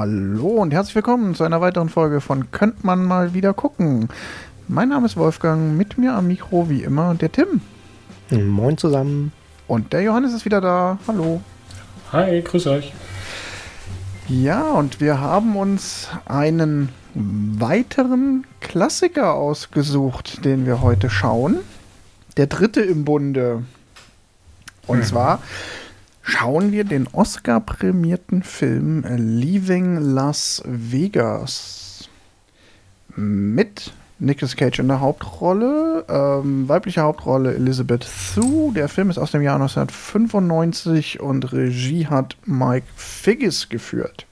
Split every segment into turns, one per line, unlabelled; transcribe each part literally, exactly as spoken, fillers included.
Hallo und herzlich willkommen zu einer weiteren Folge von Könnt man mal wieder gucken. Mein Name ist Wolfgang, mit mir am Mikro wie immer der Tim.
Moin zusammen.
Und der Johannes ist wieder da. Hallo.
Hi, grüß euch.
Ja, und wir haben uns einen weiteren Klassiker ausgesucht, den wir heute schauen. Der dritte im Bunde. Und mhm. zwar schauen wir den Oscar-prämierten Film Leaving Las Vegas mit Nicolas Cage in der Hauptrolle, ähm, weibliche Hauptrolle Elizabeth Shue. Der Film ist aus dem Jahr neunzehnhundertfünfundneunzig und Regie hat Mike Figgis geführt.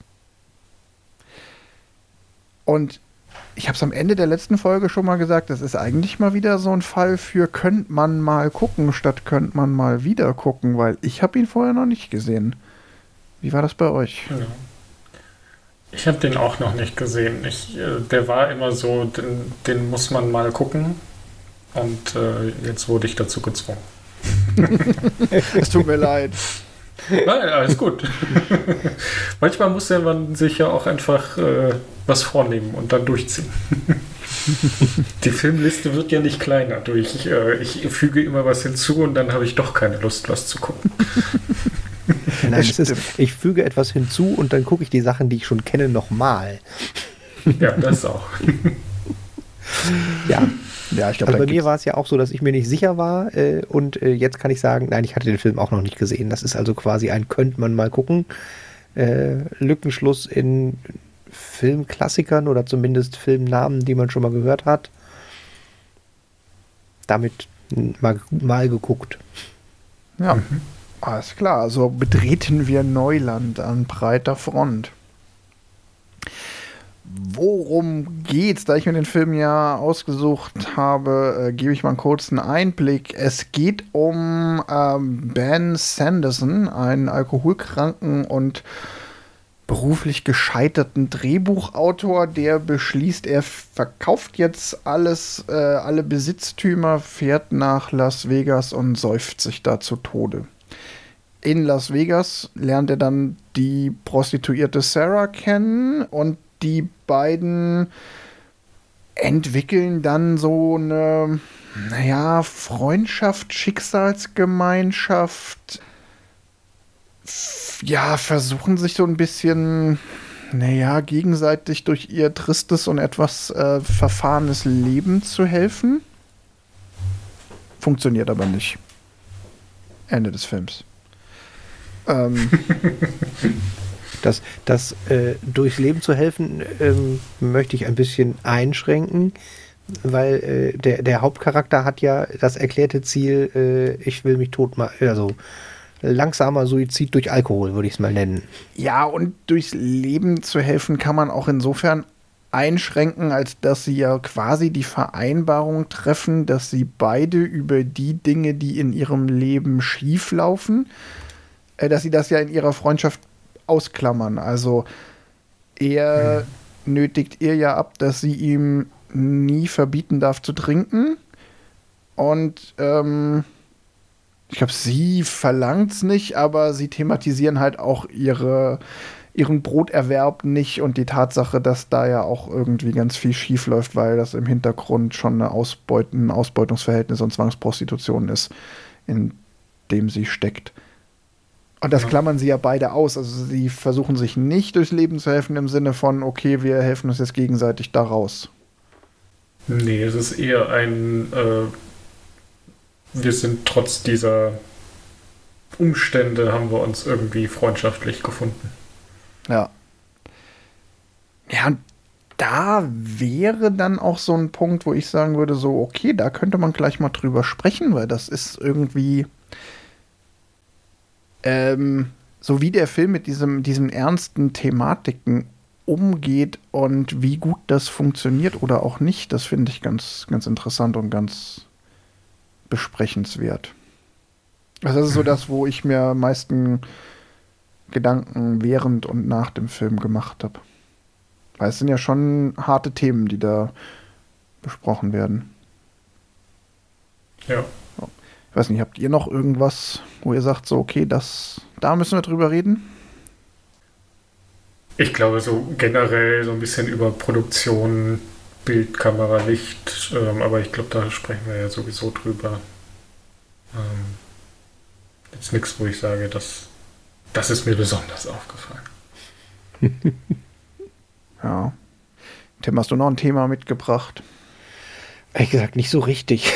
Und ich habe es am Ende der letzten Folge schon mal gesagt, das ist eigentlich mal wieder so ein Fall für könnt man mal gucken, statt könnt man mal wieder gucken, weil ich habe ihn vorher noch nicht gesehen. Wie war das bei euch?
Ja. Ich habe den auch noch nicht gesehen. Ich, äh, der war immer so, den, den muss man mal gucken und äh, jetzt wurde ich dazu gezwungen.
Es tut mir leid.
Nein, alles gut. Manchmal muss ja man sich ja auch einfach äh, was vornehmen und dann durchziehen. Die Filmliste wird ja nicht kleiner durch. Äh, ich füge immer was hinzu und dann habe ich doch keine Lust, was zu gucken.
Nein, es ist, ich füge etwas hinzu und dann gucke ich die Sachen, die ich schon kenne, nochmal.
Ja, das auch.
Ja. Ja, ich glaub, also bei mir war es ja auch so, dass ich mir nicht sicher war äh, und äh, jetzt kann ich sagen, nein, ich hatte den Film auch noch nicht gesehen. Das ist also quasi ein könnte man mal gucken. Äh, Lückenschluss in Filmklassikern oder zumindest Filmnamen, die man schon mal gehört hat. Damit mal, mal geguckt.
Ja, mhm. Alles klar. Also betreten wir Neuland an breiter Front. Worum geht's? Da ich mir den Film ja ausgesucht habe, äh, gebe ich mal einen kurzen Einblick. Es geht um ähm, Ben Sanderson, einen alkoholkranken und beruflich gescheiterten Drehbuchautor, der beschließt, er verkauft jetzt alles, äh, alle Besitztümer, fährt nach Las Vegas und säuft sich da zu Tode. In Las Vegas lernt er dann die Prostituierte Sarah kennen und die beiden entwickeln dann so eine, naja, Freundschaft, Schicksalsgemeinschaft. Ja, versuchen sich so ein bisschen, naja, gegenseitig durch ihr tristes und etwas äh, verfahrenes Leben zu helfen. Funktioniert aber nicht. Ende des Films. Ähm.
Das, das äh, durchs Leben zu helfen, ähm, möchte ich ein bisschen einschränken, weil äh, der, der Hauptcharakter hat ja das erklärte Ziel, äh, ich will mich tot machen, also langsamer Suizid durch Alkohol, würde ich es mal nennen.
Ja, und durchs Leben zu helfen kann man auch insofern einschränken, als dass sie ja quasi die Vereinbarung treffen, dass sie beide über die Dinge, die in ihrem Leben schieflaufen, äh, dass sie das ja in ihrer Freundschaft ausklammern. Also er hm. nötigt ihr ja ab, dass sie ihm nie verbieten darf zu trinken. Und ähm, ich glaube, sie verlangt es nicht, aber sie thematisieren halt auch ihre, ihren Broterwerb nicht und die Tatsache, dass da ja auch irgendwie ganz viel schief läuft, weil das im Hintergrund schon eine Ausbeut- ein Ausbeutungsverhältnis und Zwangsprostitution ist, in dem sie steckt. Und das klammern sie ja beide aus. Also sie versuchen sich nicht durchs Leben zu helfen im Sinne von, okay, wir helfen uns jetzt gegenseitig da raus.
Nee, es ist eher ein, äh, wir sind trotz dieser Umstände, haben wir uns irgendwie freundschaftlich gefunden.
Ja. Ja, und da wäre dann auch so ein Punkt, wo ich sagen würde, so, okay, da könnte man gleich mal drüber sprechen, weil das ist irgendwie Ähm, so wie der Film mit diesem, diesen ernsten Thematiken umgeht und wie gut das funktioniert oder auch nicht, das finde ich ganz, ganz interessant und ganz besprechenswert. Also das ist so das, wo ich mir am meisten Gedanken während und nach dem Film gemacht habe. Weil es sind ja schon harte Themen, die da besprochen werden.
Ja.
Ich weiß nicht, habt ihr noch irgendwas, wo ihr sagt, so, okay, das, da müssen wir drüber reden?
Ich glaube, so generell so ein bisschen über Produktion, Bild, Kamera, Licht, ähm, aber ich glaube, da sprechen wir ja sowieso drüber. Ähm, jetzt nichts, wo ich sage, dass, das ist mir besonders aufgefallen.
Ja. Tim, hast du noch ein Thema mitgebracht?
Ehrlich gesagt, nicht so richtig.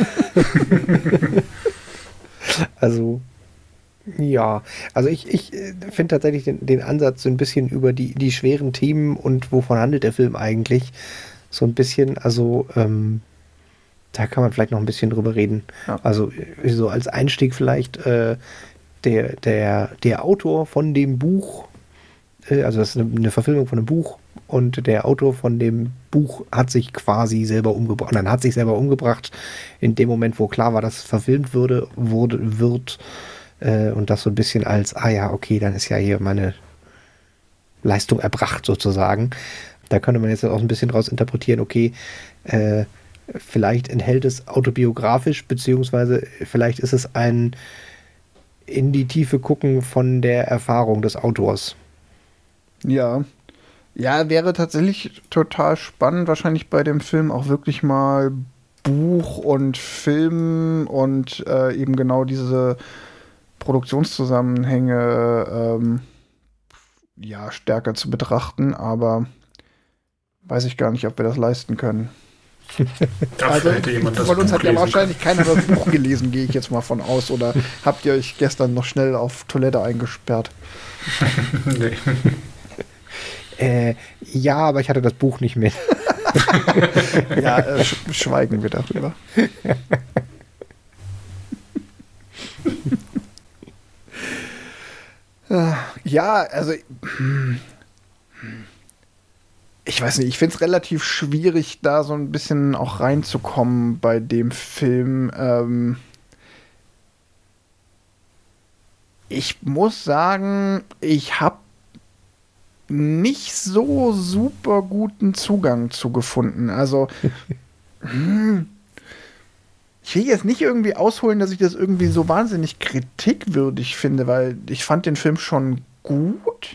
Also, ja. Also ich, ich finde tatsächlich den, den Ansatz so ein bisschen über die, die schweren Themen und wovon handelt der Film eigentlich, so ein bisschen, also ähm, da kann man vielleicht noch ein bisschen drüber reden.
Ja.
Also so als Einstieg vielleicht äh, der, der, der Autor von dem Buch, äh, also das ist eine, eine Verfilmung von einem Buch, und der Autor von dem Buch hat sich quasi selber umgebracht. Dann hat sich selber umgebracht in dem Moment, wo klar war, dass es verfilmt würde, wurde, wird. Äh, und das so ein bisschen als, ah ja, okay, dann ist ja hier meine Leistung erbracht sozusagen. Da könnte man jetzt auch ein bisschen draus interpretieren, okay, äh, vielleicht enthält es autobiografisch, beziehungsweise vielleicht ist es ein in die Tiefe gucken von der Erfahrung des Autors.
Ja. Ja, wäre tatsächlich total spannend, wahrscheinlich bei dem Film auch wirklich mal Buch und Film und äh, eben genau diese Produktionszusammenhänge ähm, ja, stärker zu betrachten, aber weiß ich gar nicht, ob wir das leisten können.
Dafür
Also,
hätte jemand das
von uns
Buch
hat ja
lesen
wahrscheinlich keiner das Buch gelesen, gehe ich jetzt mal von aus. Oder habt ihr euch gestern noch schnell auf Toilette eingesperrt?
Nee.
Äh, ja, aber ich hatte das Buch nicht mit.
Ja, äh, sch schweigen wir darüber. Ja, also ich weiß nicht, ich finde es relativ schwierig, da so ein bisschen auch reinzukommen bei dem Film. Ähm ich muss sagen, ich habe nicht so super guten Zugang zu gefunden. Also, hm, ich will jetzt nicht irgendwie ausholen, dass ich das irgendwie so wahnsinnig kritikwürdig finde, weil ich fand den Film schon gut.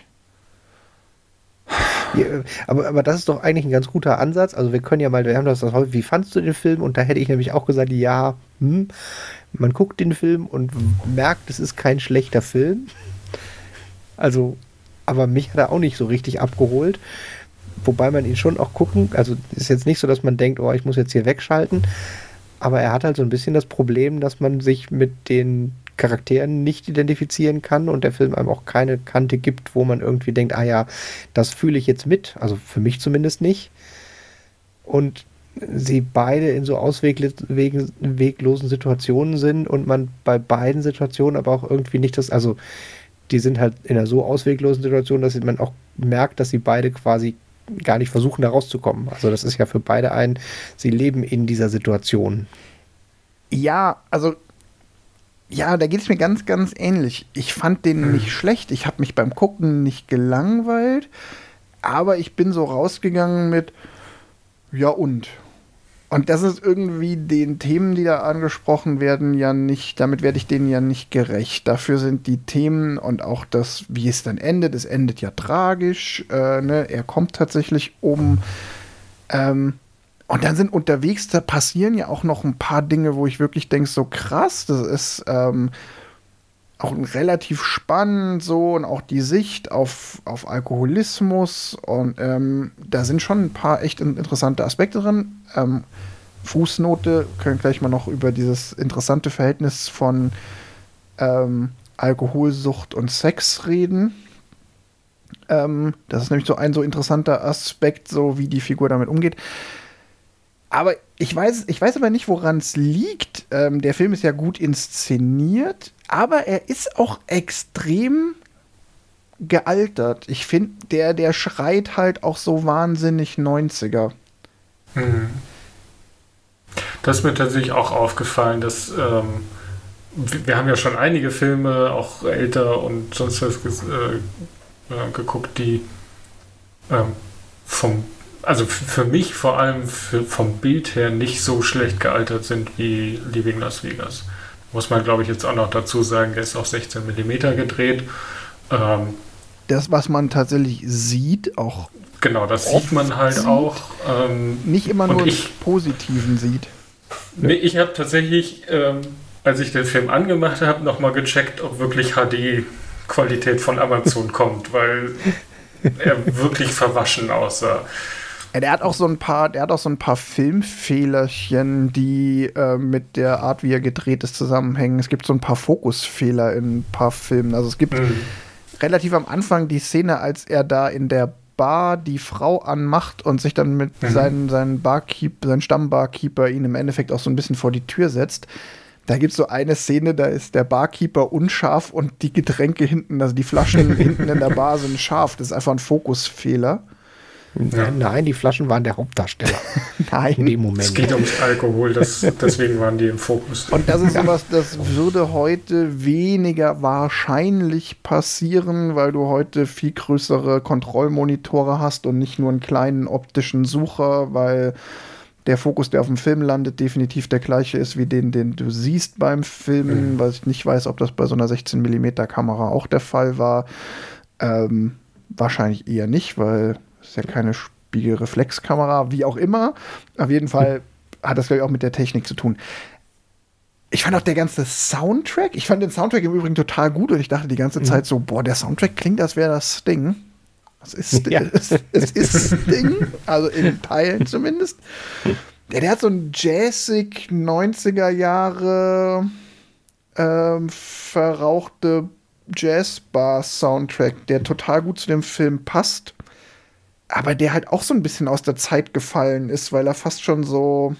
Ja, aber, aber das ist doch eigentlich ein ganz guter Ansatz. Also wir können ja mal, wir haben das häufig, wie fandst du den Film? Und da hätte ich nämlich auch gesagt, ja, hm, man guckt den Film und merkt, es ist kein schlechter Film. Also, aber mich hat er auch nicht so richtig abgeholt. Wobei man ihn schon auch gucken, also ist jetzt nicht so, dass man denkt, oh, ich muss jetzt hier wegschalten. Aber er hat halt so ein bisschen das Problem, dass man sich mit den Charakteren nicht identifizieren kann und der Film einem auch keine Kante gibt, wo man irgendwie denkt, ah ja, das fühle ich jetzt mit. Also für mich zumindest nicht. Und sie beide in so ausweglosen Situationen sind und man bei beiden Situationen aber auch irgendwie nicht das, also die sind halt in einer so ausweglosen Situation, dass man auch merkt, dass sie beide quasi gar nicht versuchen, da rauszukommen. Also das ist ja für beide ein, sie leben in dieser Situation.
Ja, also ja, da geht es mir ganz, ganz ähnlich. Ich fand den nicht schlecht. Ich habe mich beim Gucken nicht gelangweilt, aber ich bin so rausgegangen mit ja und. Und das ist irgendwie den Themen, die da angesprochen werden, ja nicht, damit werde ich denen ja nicht gerecht. Dafür sind die Themen und auch das, wie es dann endet, es endet ja tragisch, äh, ne? Er kommt tatsächlich um. Ähm, und dann sind unterwegs, da passieren ja auch noch ein paar Dinge, wo ich wirklich denke, so krass, das ist ähm, auch relativ spannend so und auch die Sicht auf, auf Alkoholismus und ähm, da sind schon ein paar echt interessante Aspekte drin. Ähm, Fußnote, können gleich mal noch über dieses interessante Verhältnis von ähm, Alkoholsucht und Sex reden. Ähm, das ist nämlich so ein so interessanter Aspekt, so wie die Figur damit umgeht. Aber ich weiß, ich weiß aber nicht, woran es liegt. Ähm, der Film ist ja gut inszeniert, aber er ist auch extrem gealtert. Ich finde, der, der schreit halt auch so wahnsinnig neunziger.
Hm. Das ist mir tatsächlich auch aufgefallen, dass ähm, wir haben ja schon einige Filme, auch älter und sonst was äh, äh, geguckt, die ähm, vom also für mich vor allem für, vom Bild her nicht so schlecht gealtert sind wie Leaving Las Vegas. Muss man, glaube ich, jetzt auch noch dazu sagen, der ist auf sechzehn Millimeter gedreht. Ähm,
das, was man tatsächlich sieht, auch
genau, das sieht man halt
sieht,
auch. Ähm,
nicht immer nur
ich,
den Positiven sieht.
Nee, ich habe tatsächlich, ähm, als ich den Film angemacht habe, nochmal gecheckt, ob wirklich H D-Qualität von Amazon kommt, weil er wirklich verwaschen aussah.
Ja, der hat auch so ein paar, der hat auch so ein paar Filmfehlerchen, die äh, mit der Art, wie er gedreht ist, zusammenhängen. Es gibt so ein paar Fokusfehler in ein paar Filmen. Also es gibt mhm. relativ am Anfang die Szene, als er da in der Bar die Frau anmacht und sich dann mit mhm. seinen, seinen Barkeep, seinen Stammbarkeeper ihn im Endeffekt auch so ein bisschen vor die Tür setzt. Da gibt es so eine Szene, da ist der Barkeeper unscharf und die Getränke hinten, also die Flaschen hinten in der Bar sind scharf. Das ist einfach ein Fokusfehler.
Ja. Nein, die Flaschen waren der Hauptdarsteller.
Nein.
In dem Moment.
Es geht ums Alkohol, das, deswegen waren die im Fokus.
Und das ist sowas, das würde heute weniger wahrscheinlich passieren, weil du heute viel größere Kontrollmonitore hast und nicht nur einen kleinen optischen Sucher, weil der Fokus, der auf dem Film landet, definitiv der gleiche ist wie den, den du siehst beim Filmen, mhm. weil ich nicht weiß, ob das bei so einer sechzehn Millimeter Kamera auch der Fall war. Ähm, wahrscheinlich eher nicht, weil ist ja keine Spiegelreflexkamera, wie auch immer. Auf jeden Fall hat das, glaube ich, auch mit der Technik zu tun. Ich fand auch der ganze Soundtrack, ich fand den Soundtrack im Übrigen total gut und ich dachte die ganze mhm. Zeit so, boah, der Soundtrack klingt, als wäre das Sting. Es ist, ja. es, es ist Sting, also in Teilen zumindest. Der, der hat so einen jazzig neunziger Jahre ähm, verrauchte Jazzbar-Soundtrack, der total gut zu dem Film passt. Aber der halt auch so ein bisschen aus der Zeit gefallen ist, weil er fast schon so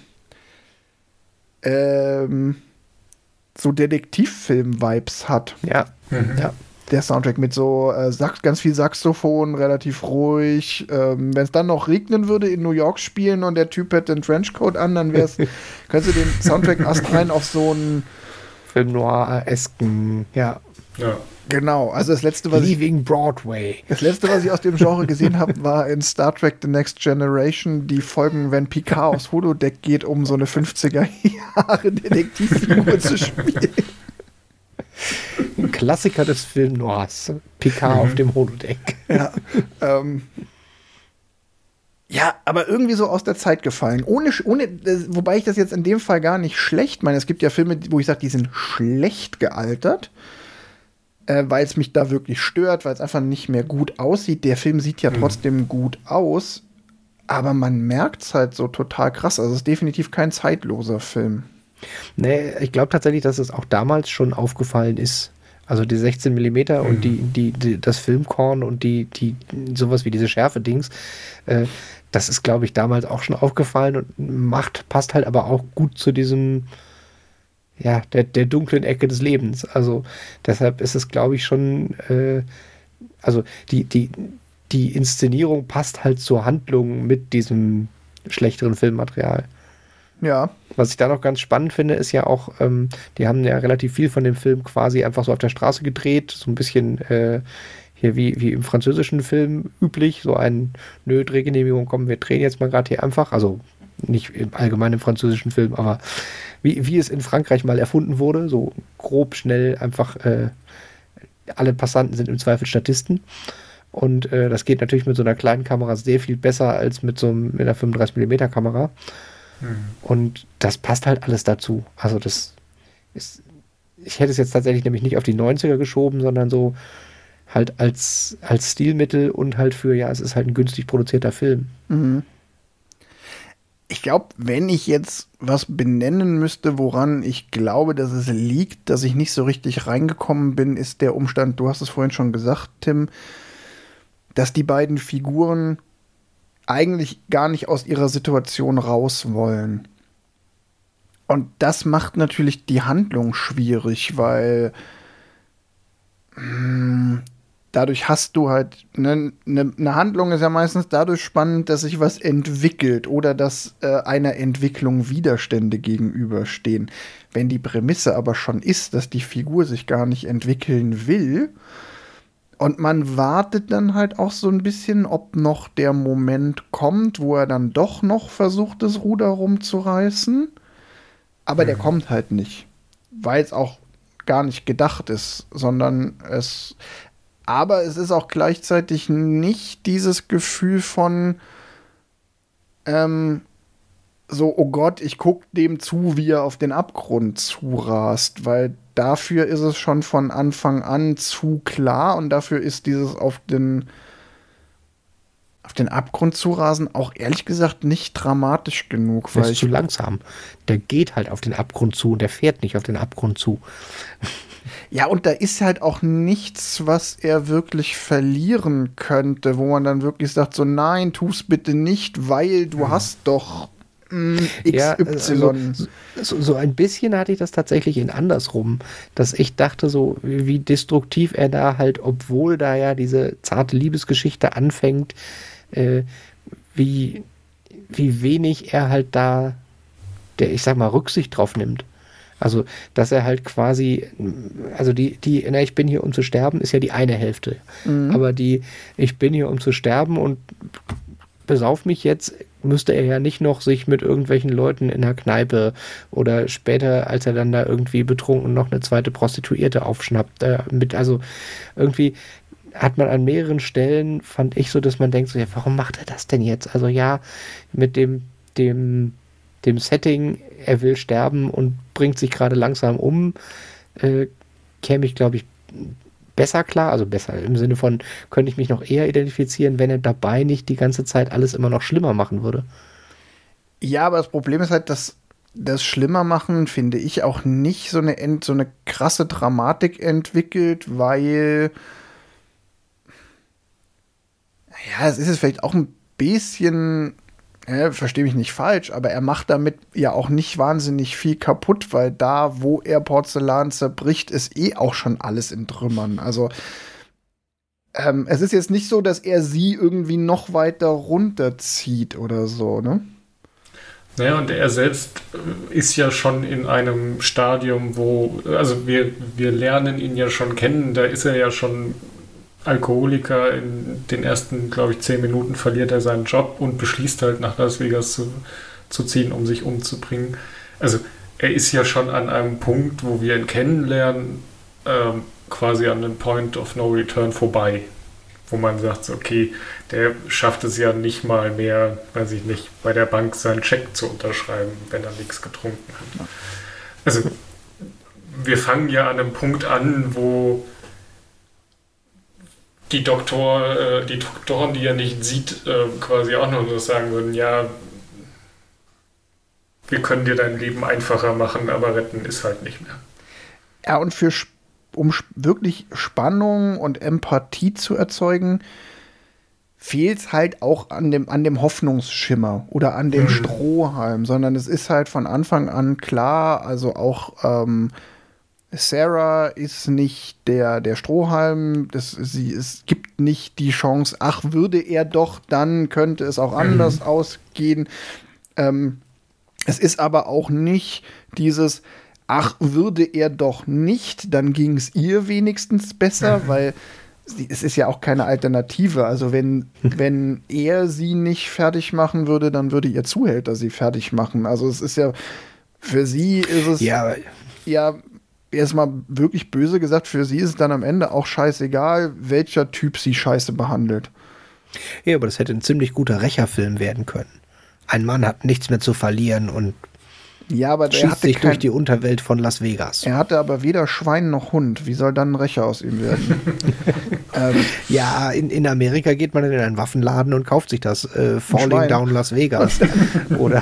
ähm, so Detektivfilm-Vibes hat.
Ja. Mhm.
ja. Der Soundtrack mit so äh, Sax- ganz viel Saxophon, relativ ruhig. Ähm, wenn es dann noch regnen würde, in New York spielen und der Typ hätte einen Trenchcoat an, dann wär's, könntest du den Soundtrack astrein auf so einen
Film Noir-esken, ja.
Ja.
Genau, also das letzte, was
Leaving
ich,
Broadway.
Das letzte, was ich aus dem Genre gesehen habe, war in Star Trek The Next Generation die Folgen, wenn Picard aufs Holodeck geht, um so eine fünfziger Jahre Detektivfigur zu spielen.
Ein Klassiker des Film Noirs. Picard mhm. auf dem Holodeck.
Ja, ähm, ja, aber irgendwie so aus der Zeit gefallen. Ohne, ohne, wobei ich das jetzt in dem Fall gar nicht schlecht meine. Es gibt ja Filme, wo ich sage, die sind schlecht gealtert. Äh, weil es mich da wirklich stört, weil es einfach nicht mehr gut aussieht. Der Film sieht ja trotzdem mhm. gut aus, aber man merkt es halt so total krass. Also es ist definitiv kein zeitloser Film.
Nee, ich glaube tatsächlich, dass es auch damals schon aufgefallen ist. Also die sechzehn Millimeter mhm. und die, die, die, das Filmkorn und die, die, sowas wie diese Schärfe-Dings, äh, das ist, glaube ich, damals auch schon aufgefallen und macht, passt halt aber auch gut zu diesem ja, der, der dunklen Ecke des Lebens. Also deshalb ist es, glaube ich, schon, äh, also die, die, die Inszenierung passt halt zur Handlung mit diesem schlechteren Filmmaterial.
Ja.
Was ich da noch ganz spannend finde, ist ja auch, ähm, die haben ja relativ viel von dem Film quasi einfach so auf der Straße gedreht, so ein bisschen äh, hier wie, wie im französischen Film üblich, so ein, nö, Drehgenehmigung, komm, wir drehen jetzt mal gerade hier einfach, also nicht im allgemeinen französischen Film, aber wie, wie es in Frankreich mal erfunden wurde, so grob, schnell, einfach äh, alle Passanten sind im Zweifel Statisten und äh, das geht natürlich mit so einer kleinen Kamera sehr viel besser als mit so einem, mit einer fünfunddreißig Millimeter Kamera hm. und das passt halt alles dazu, also das ist, ich hätte es jetzt tatsächlich nämlich nicht auf die neunziger geschoben, sondern so halt als, als Stilmittel und halt für, ja, es ist halt ein günstig produzierter Film.
Mhm. Ich glaube, wenn ich jetzt was benennen müsste, woran ich glaube, dass es liegt, dass ich nicht so richtig reingekommen bin, ist der Umstand, du hast es vorhin schon gesagt, Tim, dass die beiden Figuren eigentlich gar nicht aus ihrer Situation raus wollen. Und das macht natürlich die Handlung schwierig, weil mh, dadurch hast du halt, ne, ne, eine Handlung ist ja meistens dadurch spannend, dass sich was entwickelt oder dass äh, einer Entwicklung Widerstände gegenüberstehen. Wenn die Prämisse aber schon ist, dass die Figur sich gar nicht entwickeln will und man wartet dann halt auch so ein bisschen, ob noch der Moment kommt, wo er dann doch noch versucht, das Ruder rumzureißen, aber mhm. der kommt halt nicht, weil es auch gar nicht gedacht ist, sondern es Aber es ist auch gleichzeitig nicht dieses Gefühl von ähm, so, oh Gott, ich guck dem zu, wie er auf den Abgrund zurast, weil dafür ist es schon von Anfang an zu klar und dafür ist dieses auf den auf den Abgrund zurasen auch ehrlich gesagt nicht dramatisch genug.
Der
weil
ist zu langsam. Der geht halt auf den Abgrund zu und der fährt nicht auf den Abgrund zu.
Ja, und da ist halt auch nichts, was er wirklich verlieren könnte, wo man dann wirklich sagt, so nein, tu's bitte nicht, weil du hm. hast doch mh, X Y.
Ja, also, so, so ein bisschen hatte ich das tatsächlich in andersrum, dass ich dachte so, wie, wie destruktiv er da halt, obwohl da ja diese zarte Liebesgeschichte anfängt, äh, wie, wie wenig er halt da, der, ich sag mal, Rücksicht drauf nimmt. Also, dass er halt quasi, also die, die, na, ich bin hier, um zu sterben, ist ja die eine Hälfte. Mhm. Aber die, ich bin hier, um zu sterben und besauf mich jetzt, müsste er ja nicht noch sich mit irgendwelchen Leuten in der Kneipe oder später, als er dann da irgendwie betrunken noch eine zweite Prostituierte aufschnappt, äh, mit, also irgendwie hat man an mehreren Stellen, fand ich so, dass man denkt so, ja, warum macht er das denn jetzt? Also ja, mit dem, dem, dem Setting, er will sterben und bringt sich gerade langsam um, äh, käme ich, glaube ich, besser klar, also besser im Sinne von, könnte ich mich noch eher identifizieren, wenn er dabei nicht die ganze Zeit alles immer noch schlimmer machen würde.
Ja, aber das Problem ist halt, dass das Schlimmermachen, finde ich, auch nicht so eine, so eine krasse Dramatik entwickelt, weil ja, es ist jetzt vielleicht auch ein bisschen, ja, verstehe mich nicht falsch, aber er macht damit ja auch nicht wahnsinnig viel kaputt, weil da, wo er Porzellan zerbricht, ist eh auch schon alles in Trümmern. Also ähm, es ist jetzt nicht so, dass er sie irgendwie noch weiter runterzieht oder so, ne?
Naja, und er selbst ist ja schon in einem Stadium, wo, also wir, wir lernen ihn ja schon kennen, da ist er ja schon Alkoholiker. In den ersten, glaube ich, zehn Minuten verliert er seinen Job und beschließt halt nach Las Vegas zu, zu ziehen, um sich umzubringen. Also er ist ja schon an einem Punkt, wo wir ihn kennenlernen, ähm, quasi an dem Point of No Return vorbei. Wo man sagt, okay, der schafft es ja nicht mal mehr, weiß ich nicht, bei der Bank seinen Scheck zu unterschreiben, wenn er nichts getrunken hat. Also wir fangen ja an einem Punkt an, wo die Doktor, äh, die Doktoren, die er nicht sieht, äh, quasi auch noch so sagen würden, ja, wir können dir dein Leben einfacher machen, aber retten ist halt nicht mehr.
Ja, und für, um wirklich Spannung und Empathie zu erzeugen, fehlt es halt auch an dem, an dem Hoffnungsschimmer oder an dem mhm. Strohhalm, sondern es ist halt von Anfang an klar, also auch ähm, Sarah ist nicht der, der Strohhalm, das, sie, es gibt nicht die Chance, ach, würde er doch, dann könnte es auch anders mhm. ausgehen. Ähm, es ist aber auch nicht dieses, ach, würde er doch nicht, dann ging es ihr wenigstens besser, mhm. weil sie, es ist ja auch keine Alternative. Also wenn, wenn er sie nicht fertig machen würde, dann würde ihr Zuhälter sie fertig machen. Also es ist ja, für sie ist es
ja,
ja erstmal wirklich böse gesagt, für sie ist es dann am Ende auch scheißegal, welcher Typ sie scheiße behandelt.
Ja, aber das hätte ein ziemlich guter Rächerfilm werden können. Ein Mann hat nichts mehr zu verlieren und
ja, aber
schießt
er hatte
sich
kein,
durch die Unterwelt von Las Vegas.
Er hatte aber weder Schwein noch Hund. Wie soll dann ein Rächer aus ihm werden?
ähm, ja, in, in Amerika geht man in einen Waffenladen und kauft sich das äh, Falling Schwein. Down Las Vegas. Oder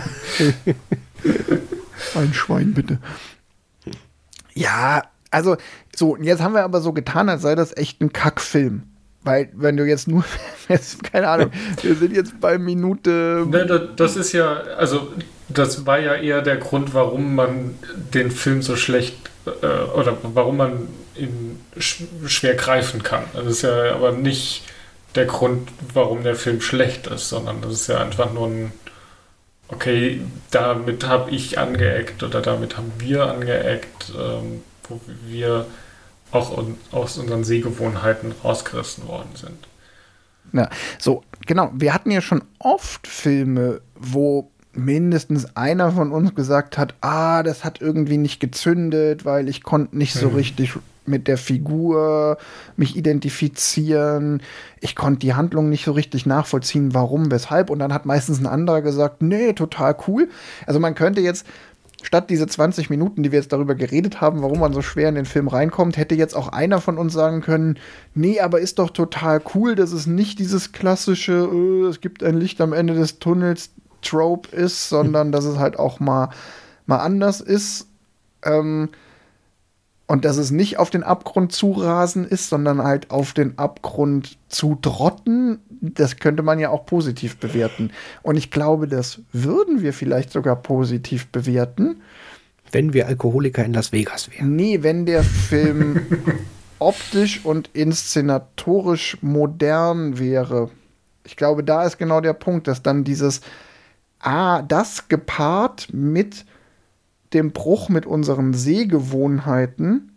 ein Schwein, bitte. Ja, also, so, jetzt haben wir aber so getan, als sei das echt ein Kackfilm. Weil, wenn du jetzt nur, jetzt, keine Ahnung, wir sind jetzt bei Minute.
Ne, das ist ja, also, das war ja eher der Grund, warum man den Film so schlecht, äh, oder warum man ihn sch- schwer greifen kann. Das ist ja aber nicht der Grund, warum der Film schlecht ist, sondern das ist ja einfach nur ein, okay, damit habe ich angeeckt oder damit haben wir angeeckt, ähm, wo wir auch un- aus unseren Sehgewohnheiten rausgerissen worden sind.
Ja, so, genau. Wir hatten ja schon oft Filme, wo mindestens einer von uns gesagt hat, ah, das hat irgendwie nicht gezündet, weil ich konnte nicht so
Mhm.
richtig mit der Figur mich identifizieren. Ich konnte die Handlung nicht so richtig nachvollziehen, warum, weshalb. Und dann hat meistens ein anderer gesagt, nee, total cool. Also man könnte jetzt, statt diese zwanzig Minuten, die wir jetzt darüber geredet haben, warum man so schwer in den Film reinkommt, hätte jetzt auch einer von uns sagen können, nee, aber ist doch total cool, dass es nicht dieses klassische, äh, es gibt ein Licht am Ende des Tunnels Trope ist, sondern dass es halt auch mal, mal anders ist. Ähm, und dass es nicht auf den Abgrund zu rasen ist, sondern halt auf den Abgrund zu drotten. Das könnte man ja auch positiv bewerten. Und ich glaube, das würden wir vielleicht sogar positiv bewerten.
Wenn wir Alkoholiker in Las Vegas wären.
Nee, wenn der Film optisch und inszenatorisch modern wäre. Ich glaube, da ist genau der Punkt, dass dann dieses Ah, das gepaart mit dem Bruch mit unseren Sehgewohnheiten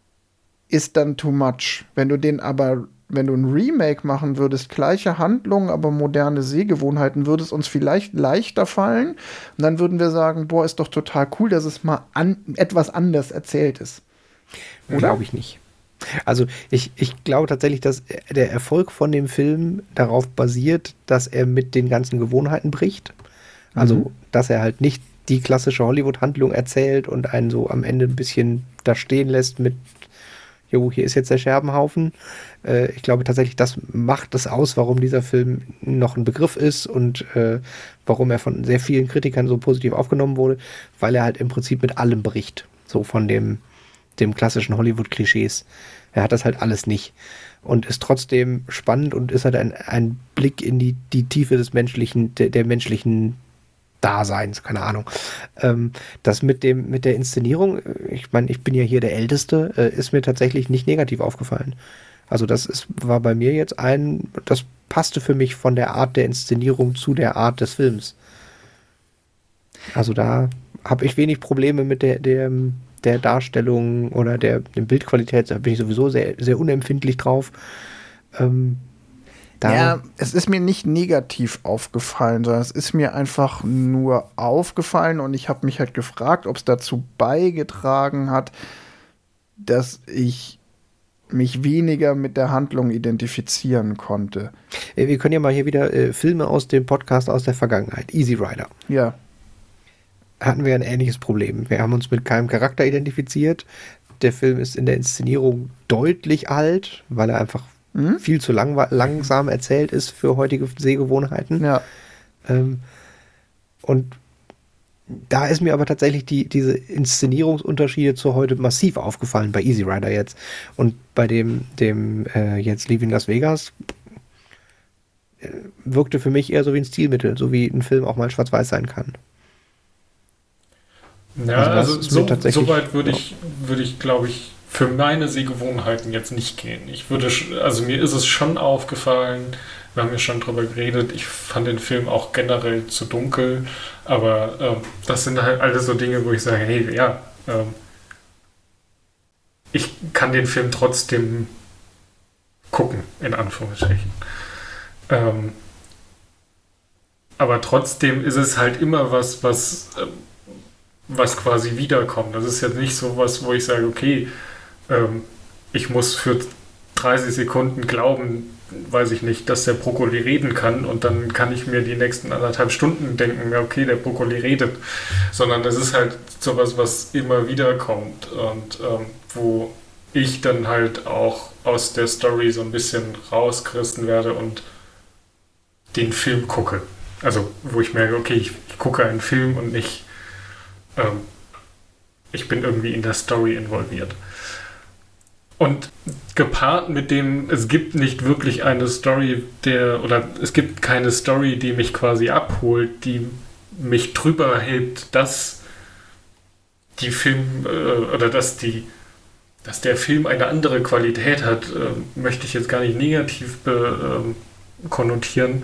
ist dann too much. Wenn du den aber, wenn du ein Remake machen würdest, gleiche Handlung, aber moderne Sehgewohnheiten, würde es uns vielleicht leichter fallen. Und dann würden wir sagen, boah, ist doch total cool, dass es mal an, etwas anders erzählt ist.
Oder? Glaube ich nicht. Also ich, ich glaube tatsächlich, dass der Erfolg von dem Film darauf basiert, dass er mit den ganzen Gewohnheiten bricht. Also, mhm. dass er halt nicht die klassische Hollywood-Handlung erzählt und einen so am Ende ein bisschen da stehen lässt mit, jo, hier ist jetzt der Scherbenhaufen. Äh, ich glaube tatsächlich, das macht es aus, warum dieser Film noch ein Begriff ist und äh, warum er von sehr vielen Kritikern so positiv aufgenommen wurde, weil er halt im Prinzip mit allem bricht. So von dem, dem klassischen Hollywood-Klischees. Er hat das halt alles nicht. Und ist trotzdem spannend und ist halt ein, ein Blick in die, die Tiefe des menschlichen, der, der menschlichen Daseins, keine Ahnung. Ähm, das mit dem, mit der Inszenierung, ich meine, ich bin ja hier der Älteste, äh, ist mir tatsächlich nicht negativ aufgefallen. Also das ist, war bei mir jetzt ein, das passte für mich von der Art der Inszenierung zu der Art des Films. Also da habe ich wenig Probleme mit der, der, der Darstellung oder der, der Bildqualität, da bin ich sowieso sehr, sehr unempfindlich drauf. Ähm, Da
ja, es ist mir nicht negativ aufgefallen, sondern es ist mir einfach nur aufgefallen und ich habe mich halt gefragt, ob es dazu beigetragen hat, dass ich mich weniger mit der Handlung identifizieren konnte.
Wir können ja mal hier wieder äh, Filme aus dem Podcast aus der Vergangenheit. Easy Rider.
Ja.
Hatten wir ein ähnliches Problem. Wir haben uns mit keinem Charakter identifiziert. Der Film ist in der Inszenierung deutlich alt, weil er einfach hm? viel zu lang, langsam erzählt ist für heutige Sehgewohnheiten.
Ja.
Ähm, und da ist mir aber tatsächlich die, diese Inszenierungsunterschiede zu heute massiv aufgefallen, bei Easy Rider jetzt. Und bei dem, dem äh, jetzt Leaving Las Vegas äh, wirkte für mich eher so wie ein Stilmittel, so wie ein Film auch mal schwarz-weiß sein kann.
Ja, also, also so, so weit würde
ja.
ich, würde ich, glaube ich, für meine Sehgewohnheiten jetzt nicht gehen. Ich würde, also mir ist es schon aufgefallen, wir haben ja schon drüber geredet, ich fand den Film auch generell zu dunkel, aber ähm, das sind halt alles so Dinge, wo ich sage, hey, ja, ähm, ich kann den Film trotzdem gucken, in Anführungsstrichen. Ähm, aber trotzdem ist es halt immer was, was, ähm, was quasi wiederkommt. Das ist jetzt nicht so was, wo ich sage, okay, ähm, ich muss für dreißig Sekunden glauben, weiß ich nicht, dass der Brokkoli reden kann und dann kann ich mir die nächsten anderthalb Stunden denken, ja okay, der Brokkoli redet, sondern das ist halt sowas, was immer wieder kommt und ähm, wo ich dann halt auch aus der Story so ein bisschen rausgerissen werde und den Film gucke. Also wo ich merke, okay, ich, ich gucke einen Film und nicht ähm, ich bin irgendwie in der Story involviert. Und gepaart mit dem, es gibt nicht wirklich eine Story, der, oder es gibt keine Story, die mich quasi abholt, die mich drüber hebt, dass die Film, äh, oder dass die, dass der Film eine andere Qualität hat, äh, möchte ich jetzt gar nicht negativ be, äh, konnotieren,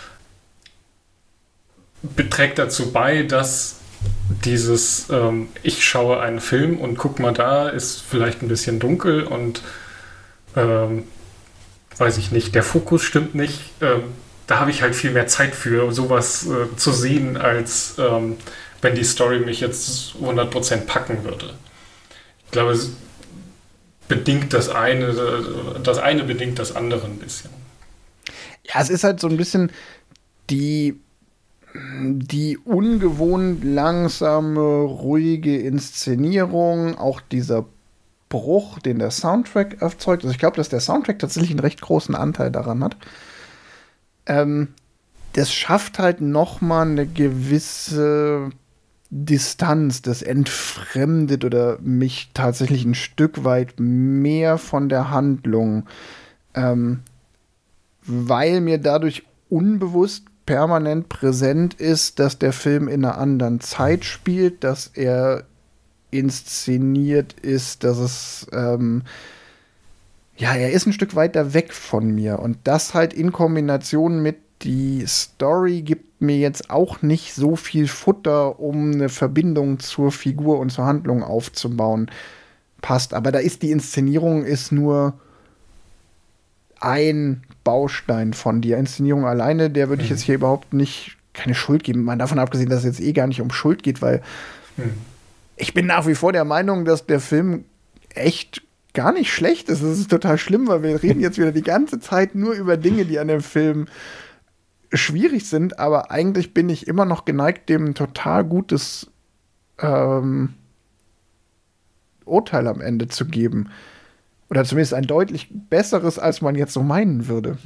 beträgt dazu bei, dass dieses, ähm, ich schaue einen Film und guck mal, da ist vielleicht ein bisschen dunkel und ähm, weiß ich nicht, der Fokus stimmt nicht, ähm, da habe ich halt viel mehr Zeit für, sowas äh, zu sehen, als ähm, wenn die Story mich jetzt hundert Prozent packen würde. Ich glaube, es bedingt das eine, das eine bedingt das andere ein bisschen.
Ja, es ist halt so ein bisschen die, die ungewohnt langsame, ruhige Inszenierung, auch dieser Bruch, den der Soundtrack erzeugt. Also ich glaube, dass der Soundtrack tatsächlich einen recht großen Anteil daran hat. Ähm, das schafft halt noch mal eine gewisse Distanz, das entfremdet oder mich tatsächlich ein Stück weit mehr von der Handlung, ähm, weil mir dadurch unbewusst permanent präsent ist, dass der Film in einer anderen Zeit spielt, dass er inszeniert ist, dass es ähm, ja, er ist ein Stück weiter weg von mir und das halt in Kombination mit die Story gibt mir jetzt auch nicht so viel Futter, um eine Verbindung zur Figur und zur Handlung aufzubauen. Passt. Aber da ist die Inszenierung ist nur ein Baustein von der Inszenierung alleine. Der würde ich jetzt hier überhaupt nicht keine Schuld geben. Mal davon abgesehen, dass es jetzt eh gar nicht um Schuld geht, weil hm. ich bin nach wie vor der Meinung, dass der Film echt gar nicht schlecht ist. Das ist total schlimm, weil wir reden jetzt wieder die ganze Zeit nur über Dinge, die an dem Film schwierig sind, aber eigentlich bin ich immer noch geneigt, dem ein total gutes ähm, Urteil am Ende zu geben. Oder zumindest ein deutlich besseres, als man jetzt so meinen würde.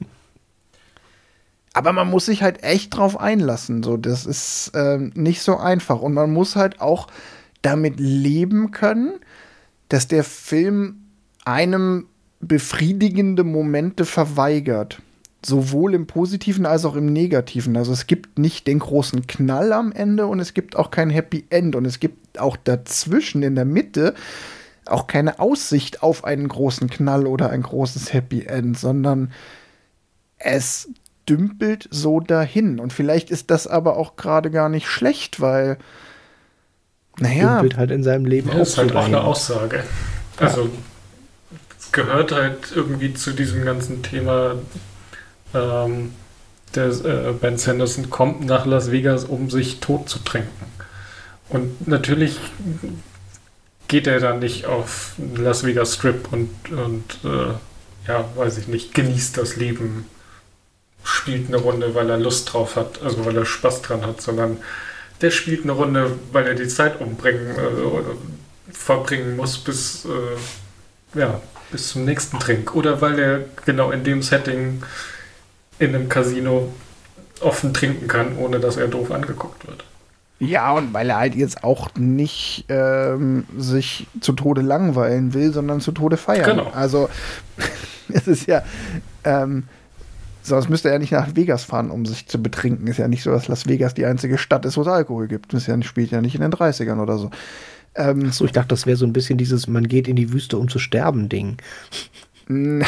Aber man muss sich halt echt drauf einlassen. So, das ist ähm, nicht so einfach. Und man muss halt auch damit leben können, dass der Film einem befriedigende Momente verweigert. Sowohl im Positiven als auch im Negativen. Also es gibt nicht den großen Knall am Ende und es gibt auch kein Happy End. Und es gibt auch dazwischen, in der Mitte, auch keine Aussicht auf einen großen Knall oder ein großes Happy End, sondern es dümpelt so dahin. Und vielleicht ist das aber auch gerade gar nicht schlecht, weil naja.
Dümpelt halt in seinem Leben
ja,
auch
ist halt
so
auch
rein.
eine Aussage. Also ja. Es gehört halt irgendwie zu diesem ganzen Thema. Ähm, der äh, Ben Sanderson kommt nach Las Vegas, um sich tot zu trinken. Und natürlich geht er dann nicht auf Las Vegas Strip und, und äh, ja, weiß ich nicht, genießt das Leben, spielt eine Runde, weil er Lust drauf hat, also weil er Spaß dran hat, sondern der spielt eine Runde, weil er die Zeit umbringen, äh, verbringen muss bis, äh, ja, bis zum nächsten Trink. Oder weil er genau in dem Setting in einem Casino offen trinken kann, ohne dass er doof angeguckt wird.
Ja, und weil er halt jetzt auch nicht ähm, sich zu Tode langweilen will, sondern zu Tode feiern.
Genau.
Also es ist ja ähm, sonst müsste er nicht nach Vegas fahren, um sich zu betrinken. Ist ja nicht so, dass Las Vegas die einzige Stadt ist, wo es Alkohol gibt. Das ja, spielt ja nicht in den dreißigern oder so. Ähm,
Achso, ich dachte, das wäre so ein bisschen dieses man geht in die Wüste, um zu sterben Ding.
Nein.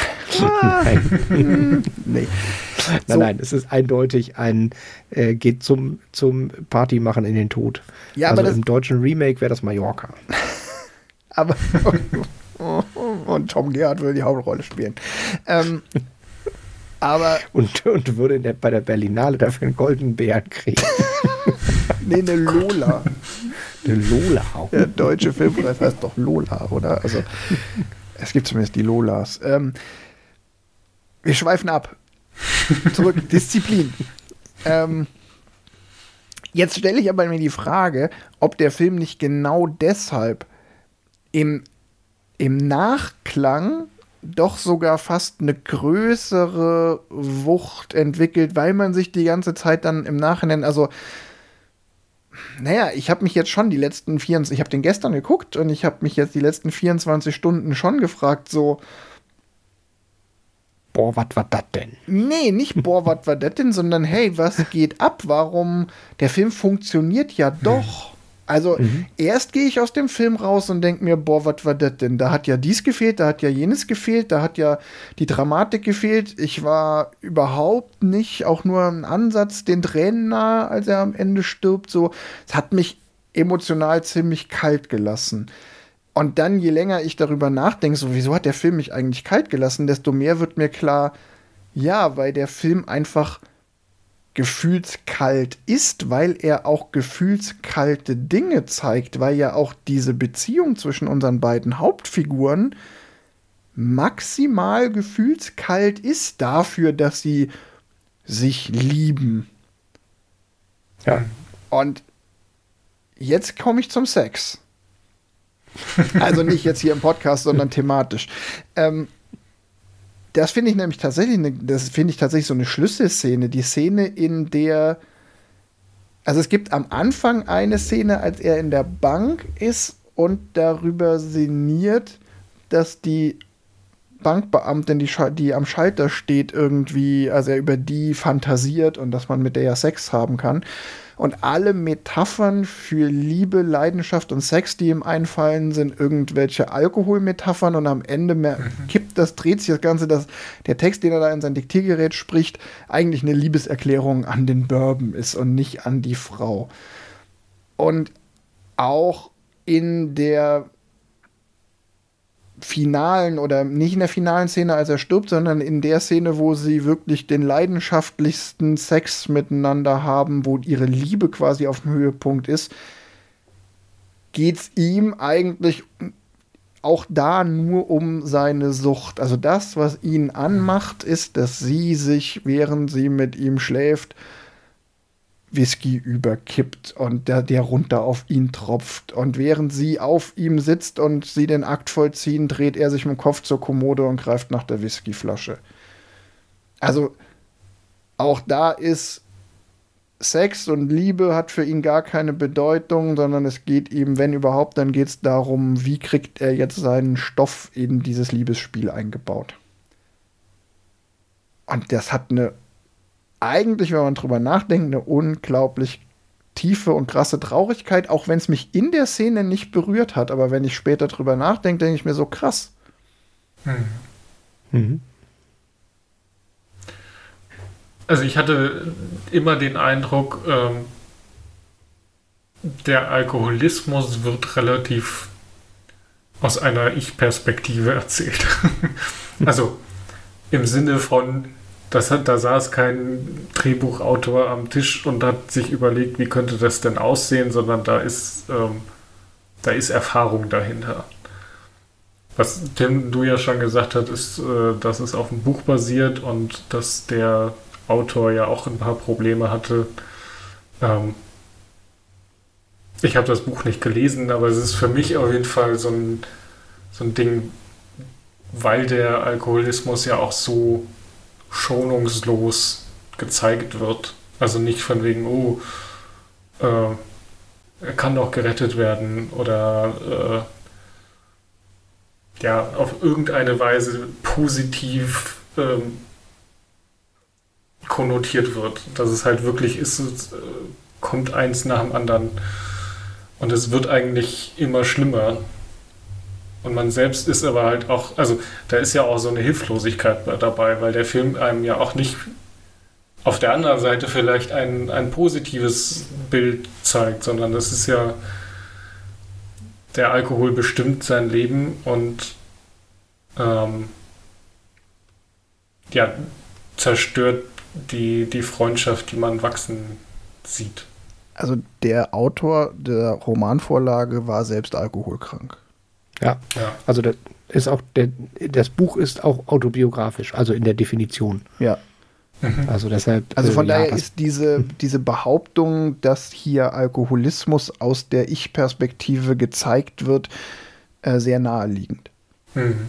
nee.
Nein,
So.
nein, es ist eindeutig ein äh, geht zum, zum Party machen in den Tod.
Ja,
also
aber das,
im deutschen Remake wäre das Mallorca.
aber und Tom Gerhardt würde die Hauptrolle spielen. Ähm, aber
Und, und würde in der, bei der Berlinale dafür einen goldenen Bären kriegen.
nee, eine Lola.
Eine Lola.
Der deutsche Filmpreis heißt doch Lola, oder? Also es gibt zumindest die Lolas. Ähm, wir schweifen ab. Zurück. Disziplin. Ähm, jetzt stelle ich aber mir die Frage, ob der Film nicht genau deshalb im, im Nachklang doch sogar fast eine größere Wucht entwickelt, weil man sich die ganze Zeit dann im Nachhinein, also naja, ich habe mich jetzt schon die letzten vierundzwanzig, ich habe den gestern geguckt und ich habe mich jetzt die letzten vierundzwanzig Stunden schon gefragt, so,
boah, was war das denn?
nee, nicht boah, was war das denn, sondern hey, was geht ab? Warum? Der Film funktioniert ja doch. Also
Mhm.
erst gehe ich aus dem Film raus und denke mir, boah, was war das denn? Da hat ja dies gefehlt, da hat ja jenes gefehlt, da hat ja die Dramatik gefehlt. Ich war überhaupt nicht auch nur ein Ansatz den Tränen nahe, als er am Ende stirbt. So, es hat mich emotional ziemlich kalt gelassen. Und dann, je länger ich darüber nachdenke, so, wieso hat der Film mich eigentlich kalt gelassen, desto mehr wird mir klar, Ja, weil der Film einfach gefühlskalt ist, weil er auch gefühlskalte Dinge zeigt, weil ja auch diese Beziehung zwischen unseren beiden Hauptfiguren maximal gefühlskalt ist dafür, dass sie sich lieben.
Ja.
Und jetzt komme ich zum Sex. Also nicht jetzt hier im Podcast, sondern thematisch. Ähm, das finde ich nämlich tatsächlich, ne, das finde ich tatsächlich so eine Schlüsselszene. Die Szene, in der, also es gibt am Anfang eine Szene, als er in der Bank ist und darüber sinniert, dass die Bankbeamtin, die, die am Schalter steht, irgendwie, also er über die fantasiert und dass man mit der ja Sex haben kann. Und alle Metaphern für Liebe, Leidenschaft und Sex, die ihm einfallen, sind irgendwelche Alkoholmetaphern und am Ende mehr mhm. kippt das, dreht sich das Ganze, dass der Text, den er da in sein Diktiergerät spricht, eigentlich eine Liebeserklärung an den Bourbon ist und nicht an die Frau. Und auch in der finalen oder nicht in der finalen Szene, als er stirbt, sondern in der Szene, wo sie wirklich den leidenschaftlichsten Sex miteinander haben, wo ihre Liebe quasi auf dem Höhepunkt ist, geht's ihm eigentlich auch da nur um seine Sucht. Also das, was ihn anmacht, ist, dass sie sich, während sie mit ihm schläft, Whisky überkippt und der, der runter auf ihn tropft. Und während sie auf ihm sitzt und sie den Akt vollziehen, dreht er sich mit dem Kopf zur Kommode und greift nach der Whiskyflasche. Also auch da ist Sex und Liebe hat für ihn gar keine Bedeutung, sondern es geht ihm, wenn überhaupt, dann geht es darum, wie kriegt er jetzt seinen Stoff in dieses Liebesspiel eingebaut. Und das hat eine eigentlich, wenn man drüber nachdenkt, eine unglaublich tiefe und krasse Traurigkeit, auch wenn es mich in der Szene nicht berührt hat. Aber wenn ich später drüber nachdenke, denke ich mir so krass.
Hm.
Mhm.
Also ich hatte immer den Eindruck, ähm, der Alkoholismus wird relativ aus einer Ich-Perspektive erzählt. Also im Sinne von, Das hat, da saß kein Drehbuchautor am Tisch und hat sich überlegt, wie könnte das denn aussehen, sondern da ist, ähm, da ist Erfahrung dahinter. Was Tim, du ja schon gesagt hast, ist, äh, dass es auf dem Buch basiert und dass der Autor ja auch ein paar Probleme hatte. Ähm, ich habe das Buch nicht gelesen, aber es ist für mich auf jeden Fall so ein, so ein Ding, weil der Alkoholismus ja auch so schonungslos gezeigt wird. Also nicht von wegen, oh, äh, er kann doch gerettet werden oder äh, ja, auf irgendeine Weise positiv ähm, konnotiert wird. Dass es halt wirklich ist, es äh, kommt eins nach dem anderen. Und es wird eigentlich immer schlimmer. Und man selbst ist aber halt auch, also da ist ja auch so eine Hilflosigkeit dabei, weil der Film einem ja auch nicht auf der anderen Seite vielleicht ein, ein positives Bild zeigt, sondern das ist ja, der Alkohol bestimmt sein Leben und ähm, ja, zerstört die, die Freundschaft, die man wachsen sieht.
Also der Autor der Romanvorlage war selbst alkoholkrank.
Ja,
Ja.
also das ist auch der, das Buch ist auch autobiografisch, also in der Definition.
Ja.
Also deshalb.
Also von
äh,
daher
ja,
ist diese, diese Behauptung, dass hier Alkoholismus aus der Ich-Perspektive gezeigt wird, äh, sehr naheliegend.
Mhm.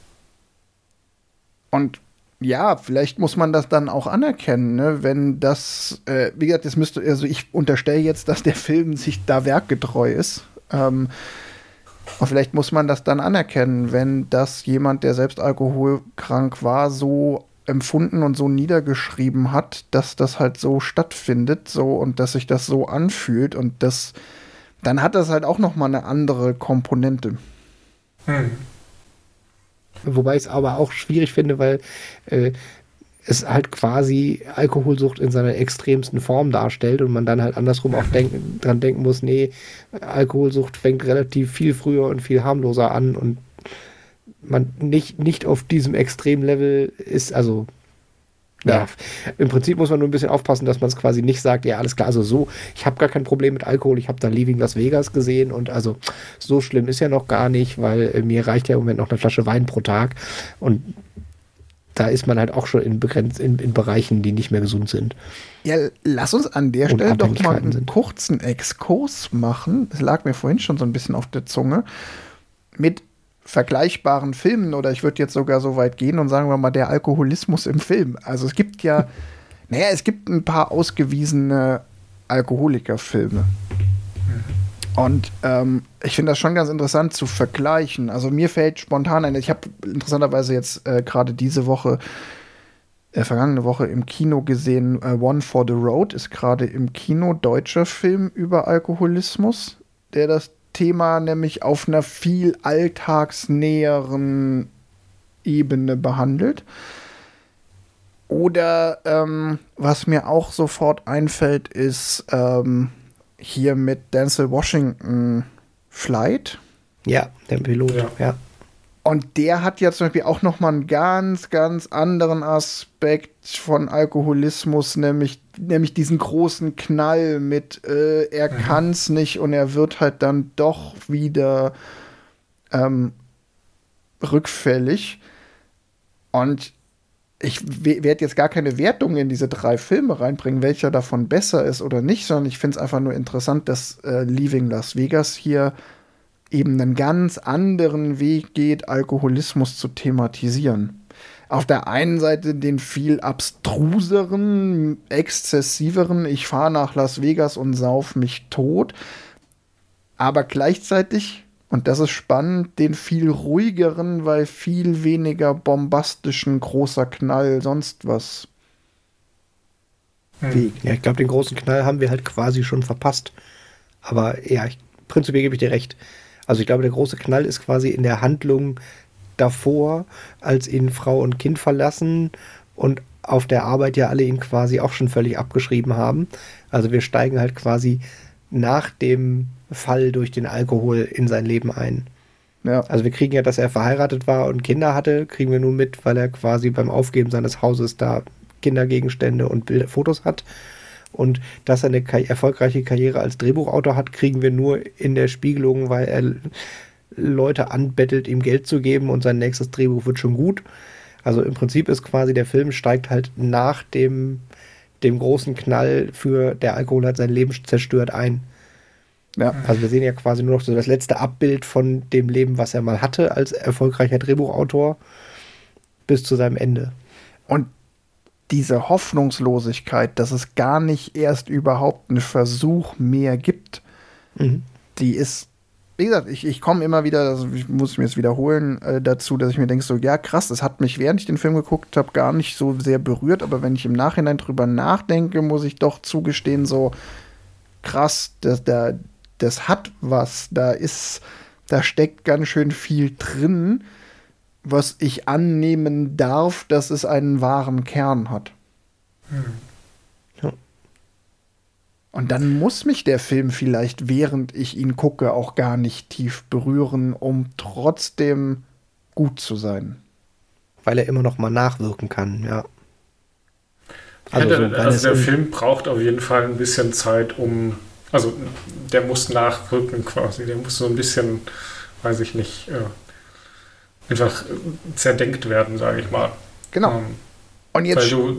Und ja, vielleicht muss man das dann auch anerkennen, ne? Wenn das, äh, wie gesagt, das müsste, also ich unterstelle jetzt, dass der Film sich da werkgetreu ist. Ähm, und vielleicht muss man das dann anerkennen, wenn das jemand, der selbst alkoholkrank war, so empfunden und so niedergeschrieben hat, dass das halt so stattfindet, so und dass sich das so anfühlt und das, dann hat das halt auch noch mal eine andere Komponente.
Mhm.
Wobei ich es aber auch schwierig finde, weil äh, es halt quasi Alkoholsucht in seiner extremsten Form darstellt und man dann halt andersrum auch denk, dran denken muss, nee, Alkoholsucht fängt relativ viel früher und viel harmloser an und man nicht, nicht auf diesem Extremlevel ist, also Ja. ja, im Prinzip muss man nur ein bisschen aufpassen, dass man es quasi nicht sagt, ja, alles klar, also so, ich habe gar kein Problem mit Alkohol, ich habe dann Leaving Las Vegas gesehen und also so schlimm ist ja noch gar nicht, weil äh, mir reicht ja im Moment noch eine Flasche Wein pro Tag und da ist man halt auch schon in, begrenzt, in, in Bereichen, die nicht mehr gesund sind.
Ja, lass uns an der Stelle doch mal einen sind. kurzen Exkurs machen, es lag mir vorhin schon so ein bisschen auf der Zunge, mit vergleichbaren Filmen, oder ich würde jetzt sogar so weit gehen und sagen wir mal, der Alkoholismus im Film. Also es gibt ja, naja, es gibt ein paar ausgewiesene Alkoholikerfilme. Mhm. Und ähm, ich finde das schon ganz interessant zu vergleichen. Also mir fällt spontan ein, ich habe interessanterweise jetzt äh, gerade diese Woche, äh, vergangene Woche im Kino gesehen, äh, One for the Road ist gerade im Kino, deutscher Film über Alkoholismus, der das Thema nämlich auf einer viel alltagsnäheren Ebene behandelt. Oder ähm, was mir auch sofort einfällt, ist ähm, hier mit Denzel Washington Flight.
Ja, der Pilot, ja. ja.
Und der hat ja zum Beispiel auch noch mal einen ganz, ganz anderen Aspekt von Alkoholismus, nämlich, nämlich diesen großen Knall mit äh, er mhm. kann's nicht und er wird halt dann doch wieder ähm, rückfällig. Und ich werde jetzt gar keine Wertung in diese drei Filme reinbringen, welcher davon besser ist oder nicht, sondern ich finde es einfach nur interessant, dass äh, Leaving Las Vegas hier eben einen ganz anderen Weg geht, Alkoholismus zu thematisieren. Auf der einen Seite den viel abstruseren, exzessiveren, ich fahre nach Las Vegas und sauf mich tot, aber gleichzeitig, und das ist spannend, den viel ruhigeren, weil viel weniger bombastischen, großer Knall, sonst was.
Hm. Ja, ich glaube, den großen Knall haben wir halt quasi schon verpasst. Aber ja, ich, prinzipiell gebe ich dir recht. Also ich glaube, der große Knall ist quasi in der Handlung davor, als ihn Frau und Kind verlassen und auf der Arbeit ja alle ihn quasi auch schon völlig abgeschrieben haben. Also wir steigen halt quasi nach dem Fall durch den Alkohol in sein Leben ein. Ja. Also wir kriegen ja, dass er verheiratet war und Kinder hatte, kriegen wir nur mit, weil er quasi beim Aufgeben seines Hauses da Kindergegenstände und Bilder, Fotos hat. Und dass er eine ka- erfolgreiche Karriere als Drehbuchautor hat, kriegen wir nur in der Spiegelung, weil er Leute anbettelt, ihm Geld zu geben und sein nächstes Drehbuch wird schon gut. Also im Prinzip ist quasi der Film steigt halt nach dem, dem großen Knall für der Alkohol hat sein Leben zerstört ein. Ja. Also wir sehen ja quasi nur noch so das letzte Abbild von dem Leben, was er mal hatte als erfolgreicher Drehbuchautor bis zu seinem Ende.
Und diese Hoffnungslosigkeit, dass es gar nicht erst überhaupt einen Versuch mehr gibt, mhm. die ist, wie gesagt, ich, ich komme immer wieder, also ich muss mir jetzt wiederholen, äh, dazu, dass ich mir denke, so, ja krass, das hat mich, während ich den Film geguckt habe, gar nicht so sehr berührt, aber wenn ich im Nachhinein drüber nachdenke, muss ich doch zugestehen, so krass, das, da, das hat was, da ist, da steckt ganz schön viel drin, was ich annehmen darf, dass es einen wahren Kern hat. Hm. Ja. Und dann muss mich der Film vielleicht, während ich ihn gucke, auch gar nicht tief berühren, um trotzdem gut zu sein.
Weil er immer noch mal nachwirken kann, ja.
Also, ja, der, so, also der Film braucht auf jeden Fall ein bisschen Zeit, um, also der muss nachwirken quasi, der muss so ein bisschen, weiß ich nicht, äh, einfach zerdenkt werden, sage ich mal.
Genau.
Ähm,
Und jetzt
weil du,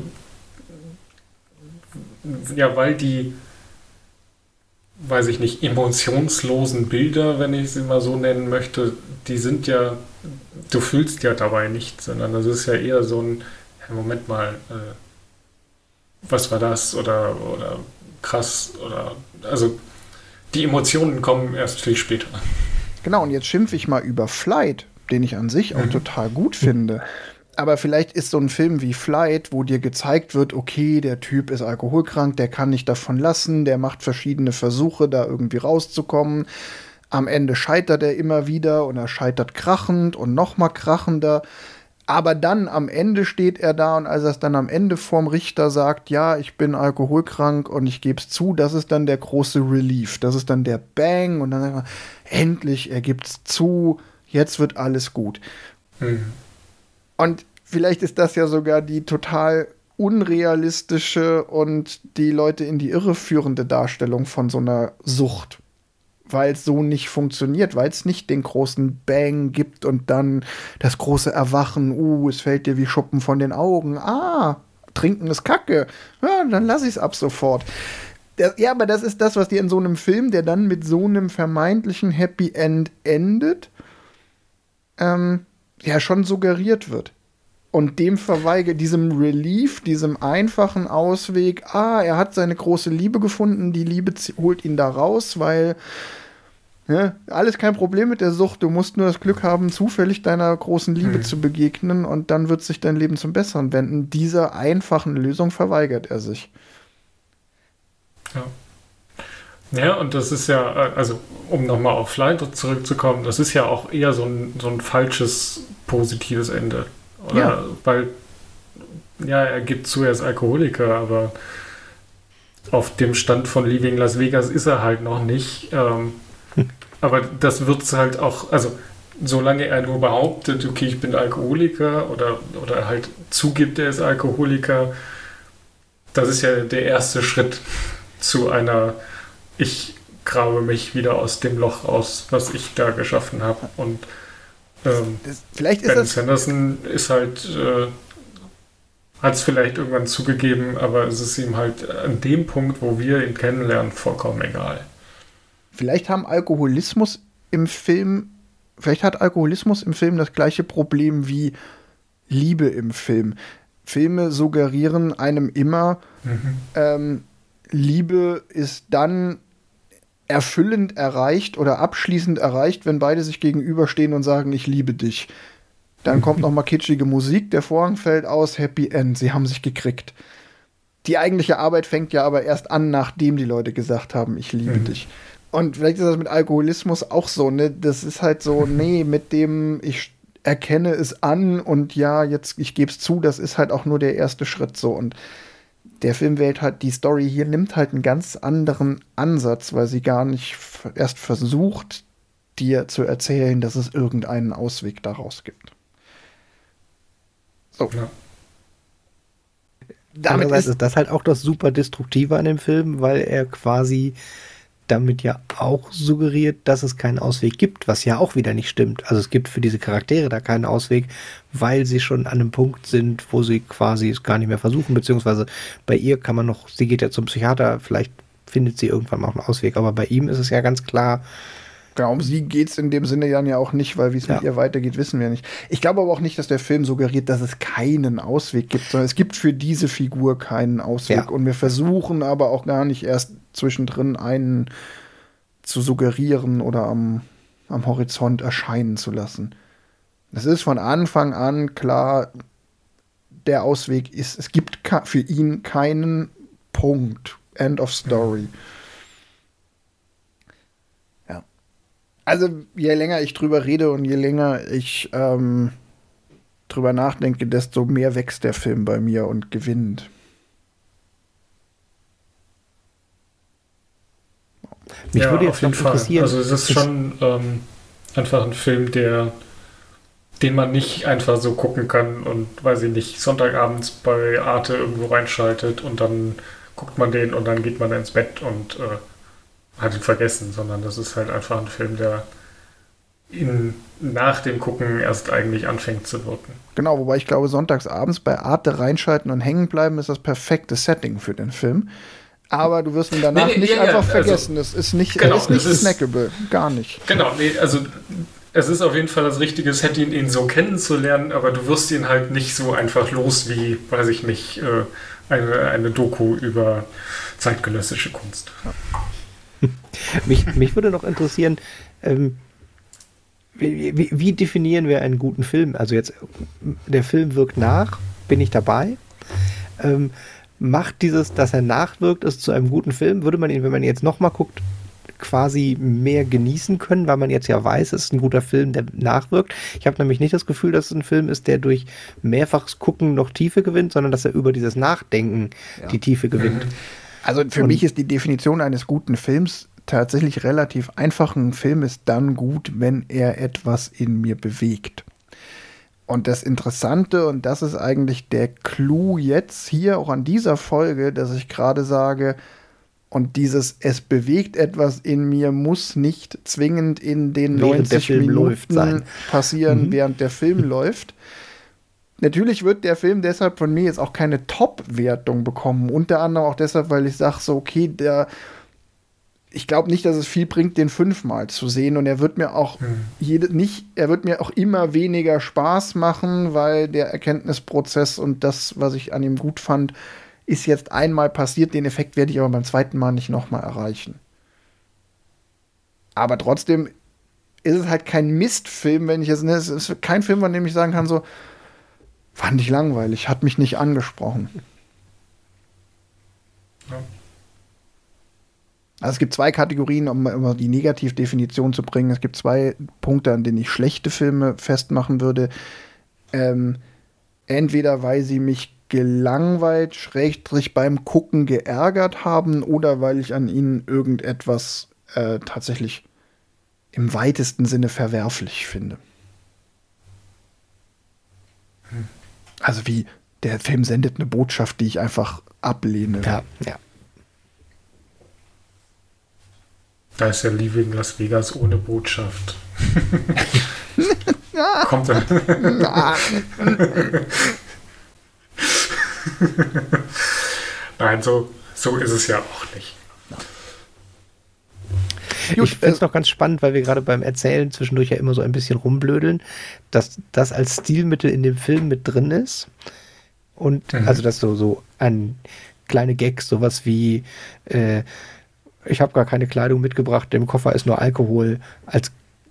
ja, weil die, weiß ich nicht, emotionslosen Bilder, wenn ich sie mal so nennen möchte, die sind ja, du fühlst ja dabei nicht, sondern das ist ja eher so ein, ja, Moment mal, äh, was war das? Oder, oder krass, oder, also die Emotionen kommen erst viel später.
Genau, und jetzt schimpfe ich mal über Flight, den ich an sich auch mhm. total gut finde. Aber vielleicht ist so ein Film wie Flight, wo dir gezeigt wird, okay, der Typ ist alkoholkrank, der kann nicht davon lassen, der macht verschiedene Versuche, da irgendwie rauszukommen. Am Ende scheitert er immer wieder und er scheitert krachend und noch mal krachender. Aber dann am Ende steht er da und als er es dann am Ende vorm Richter sagt, ja, ich bin alkoholkrank und ich gebe es zu, das ist dann der große Relief. Das ist dann der Bang und dann sagt man, endlich, er gibt es zu, jetzt wird alles gut. Mhm. Und vielleicht ist das ja sogar die total unrealistische und die Leute in die Irre führende Darstellung von so einer Sucht. Weil es so nicht funktioniert, weil es nicht den großen Bang gibt und dann das große Erwachen, uh, es fällt dir wie Schuppen von den Augen, ah, trinken ist Kacke, ja, dann lass ich es ab sofort. Das, ja, aber das ist das, was dir in so einem Film, der dann mit so einem vermeintlichen Happy End endet, ähm, ja, schon suggeriert wird. Und dem verweigert, diesem Relief, diesem einfachen Ausweg, ah, er hat seine große Liebe gefunden, die Liebe holt ihn da raus, weil ja, alles kein Problem mit der Sucht, du musst nur das Glück haben, zufällig deiner großen Liebe hm. zu begegnen und dann wird sich dein Leben zum Besseren wenden. Dieser einfachen Lösung verweigert er sich.
Ja. Ja, und das ist ja, also um nochmal auf Leiter zurückzukommen, das ist ja auch eher so ein, so ein falsches, positives Ende. Oder? Ja. Weil, ja, er gibt zu, er ist Alkoholiker, aber auf dem Stand von Leaving Las Vegas ist er halt noch nicht. Ähm, hm. Aber das wird es halt auch, also solange er nur behauptet, okay, ich bin Alkoholiker oder, oder halt zugibt, er ist Alkoholiker, das ist ja der erste Schritt zu einer, ich grabe mich wieder aus dem Loch raus, was ich da geschaffen habe. Und ähm,
das, vielleicht ist
Ben
das
Sanderson ist halt, äh, hat es vielleicht irgendwann zugegeben, aber es ist ihm halt an dem Punkt, wo wir ihn kennenlernen, vollkommen egal.
Vielleicht haben Alkoholismus im Film, vielleicht hat Alkoholismus im Film das gleiche Problem wie Liebe im Film. Filme suggerieren einem immer, mhm. ähm, Liebe ist dann erfüllend erreicht oder abschließend erreicht, wenn beide sich gegenüberstehen und sagen, ich liebe dich. Dann kommt noch mal kitschige Musik, der Vorhang fällt aus, Happy End, sie haben sich gekriegt. Die eigentliche Arbeit fängt ja aber erst an, nachdem die Leute gesagt haben, ich liebe mhm. dich. Und vielleicht ist das mit Alkoholismus auch so, ne? Das ist halt so, nee, mit dem ich erkenne es an und ja, jetzt, ich gebe es zu, das ist halt auch nur der erste Schritt so. Und der Film wählt halt, die Story hier nimmt halt einen ganz anderen Ansatz, weil sie gar nicht erst versucht, dir zu erzählen, dass es irgendeinen Ausweg daraus gibt. So.
Ja. Andererseits ist, ist das halt auch das super Destruktive an dem Film, weil er quasi damit ja auch suggeriert, dass es keinen Ausweg gibt, was ja auch wieder nicht stimmt. Also es gibt für diese Charaktere da keinen Ausweg, weil sie schon an einem Punkt sind, wo sie quasi es gar nicht mehr versuchen, beziehungsweise bei ihr kann man noch, sie geht ja zum Psychiater, vielleicht findet sie irgendwann mal auch einen Ausweg, aber bei ihm ist es ja ganz klar.
Genau, um sie geht es in dem Sinne dann ja auch nicht, weil wie es ja. mit ihr weitergeht, wissen wir nicht. Ich glaube aber auch nicht, dass der Film suggeriert, dass es keinen Ausweg gibt, sondern es gibt für diese Figur keinen Ausweg. Ja. Und wir versuchen aber auch gar nicht erst zwischendrin einen zu suggerieren oder am, am Horizont erscheinen zu lassen. Es ist von Anfang an klar, der Ausweg ist, es gibt für ihn keinen Punkt. End of story. Ja. Also, je länger ich drüber rede und je länger ich ähm, drüber nachdenke, desto mehr wächst der Film bei mir und gewinnt.
Mich
ja,
würde jetzt
auf jeden Fall. Also es ist schon ähm, einfach ein Film, der den man nicht einfach so gucken kann und, weiß ich nicht, Sonntagabends bei Arte irgendwo reinschaltet und dann guckt man den und dann geht man ins Bett und äh, hat ihn vergessen, sondern das ist halt einfach ein Film, der in, nach dem Gucken erst eigentlich anfängt zu wirken.
Genau, wobei ich glaube, sonntagsabends bei Arte reinschalten und hängen bleiben ist das perfekte Setting für den Film. Aber du wirst ihn danach nee, nee, nicht ja, einfach ja, vergessen. Es also, ist nicht, genau, ist nicht snackable. Gar nicht.
Genau, nee, also es ist auf jeden Fall das richtige Setting, ihn so kennenzulernen, aber du wirst ihn halt nicht so einfach los wie, weiß ich nicht, eine, eine Doku über zeitgenössische Kunst.
Ja. mich, mich würde noch interessieren, ähm, wie, wie, wie definieren wir einen guten Film? Also jetzt, der Film wirkt nach, bin ich dabei? Ähm, macht dieses, dass er nachwirkt, es zu einem guten Film? Würde man ihn, wenn man jetzt nochmal guckt, quasi mehr genießen können, weil man jetzt ja weiß, es ist ein guter Film, der nachwirkt. Ich habe nämlich nicht das Gefühl, dass es ein Film ist, der durch mehrfaches Gucken noch Tiefe gewinnt, sondern dass er über dieses Nachdenken ja. die Tiefe gewinnt.
Also für Und mich ist die Definition eines guten Films tatsächlich relativ einfach. Ein Film ist dann gut, wenn er etwas in mir bewegt. Und das Interessante, und das ist eigentlich der Clou jetzt hier auch an dieser Folge, dass ich gerade sage, und dieses es bewegt etwas in mir muss nicht zwingend in den
Während der
neunzig
Film
Minuten
läuft sein.
passieren,
Mhm.
während der Film läuft. Natürlich wird der Film deshalb von mir jetzt auch keine Top-Wertung bekommen. Unter anderem auch deshalb, weil ich sage so, okay, der ich glaube nicht, dass es viel bringt, den fünfmal zu sehen. Und er wird mir auch
Hm.
jede, nicht, er wird mir auch immer weniger Spaß machen, weil der Erkenntnisprozess und das, was ich an ihm gut fand, ist jetzt einmal passiert. Den Effekt werde ich aber beim zweiten Mal nicht nochmal erreichen. Aber trotzdem ist es halt kein Mistfilm, wenn ich jetzt, ne, es ist kein Film, von dem ich sagen kann, so, fand ich langweilig, hat mich nicht angesprochen.
Ja.
Also es gibt zwei Kategorien, um immer die Negativdefinition zu bringen. Es gibt zwei Punkte, an denen ich schlechte Filme festmachen würde. Ähm, entweder weil sie mich gelangweilt, schrägstrich beim Gucken geärgert haben, oder weil ich an ihnen irgendetwas äh, tatsächlich im weitesten Sinne verwerflich finde.
Hm.
Also wie, der Film sendet eine Botschaft, die ich einfach ablehne.
Ja, ja.
Da ist ja Leaving Las Vegas ohne Botschaft. Kommt er. Nein, so, so ist es ja auch nicht.
Gut, ich finde es noch ganz spannend, weil wir gerade beim Erzählen zwischendurch ja immer so ein bisschen rumblödeln, dass das als Stilmittel in dem Film mit drin ist. Und mhm. also das so, so ein kleine Gags, sowas wie äh, ich habe gar keine Kleidung mitgebracht, im Koffer ist nur Alkohol, als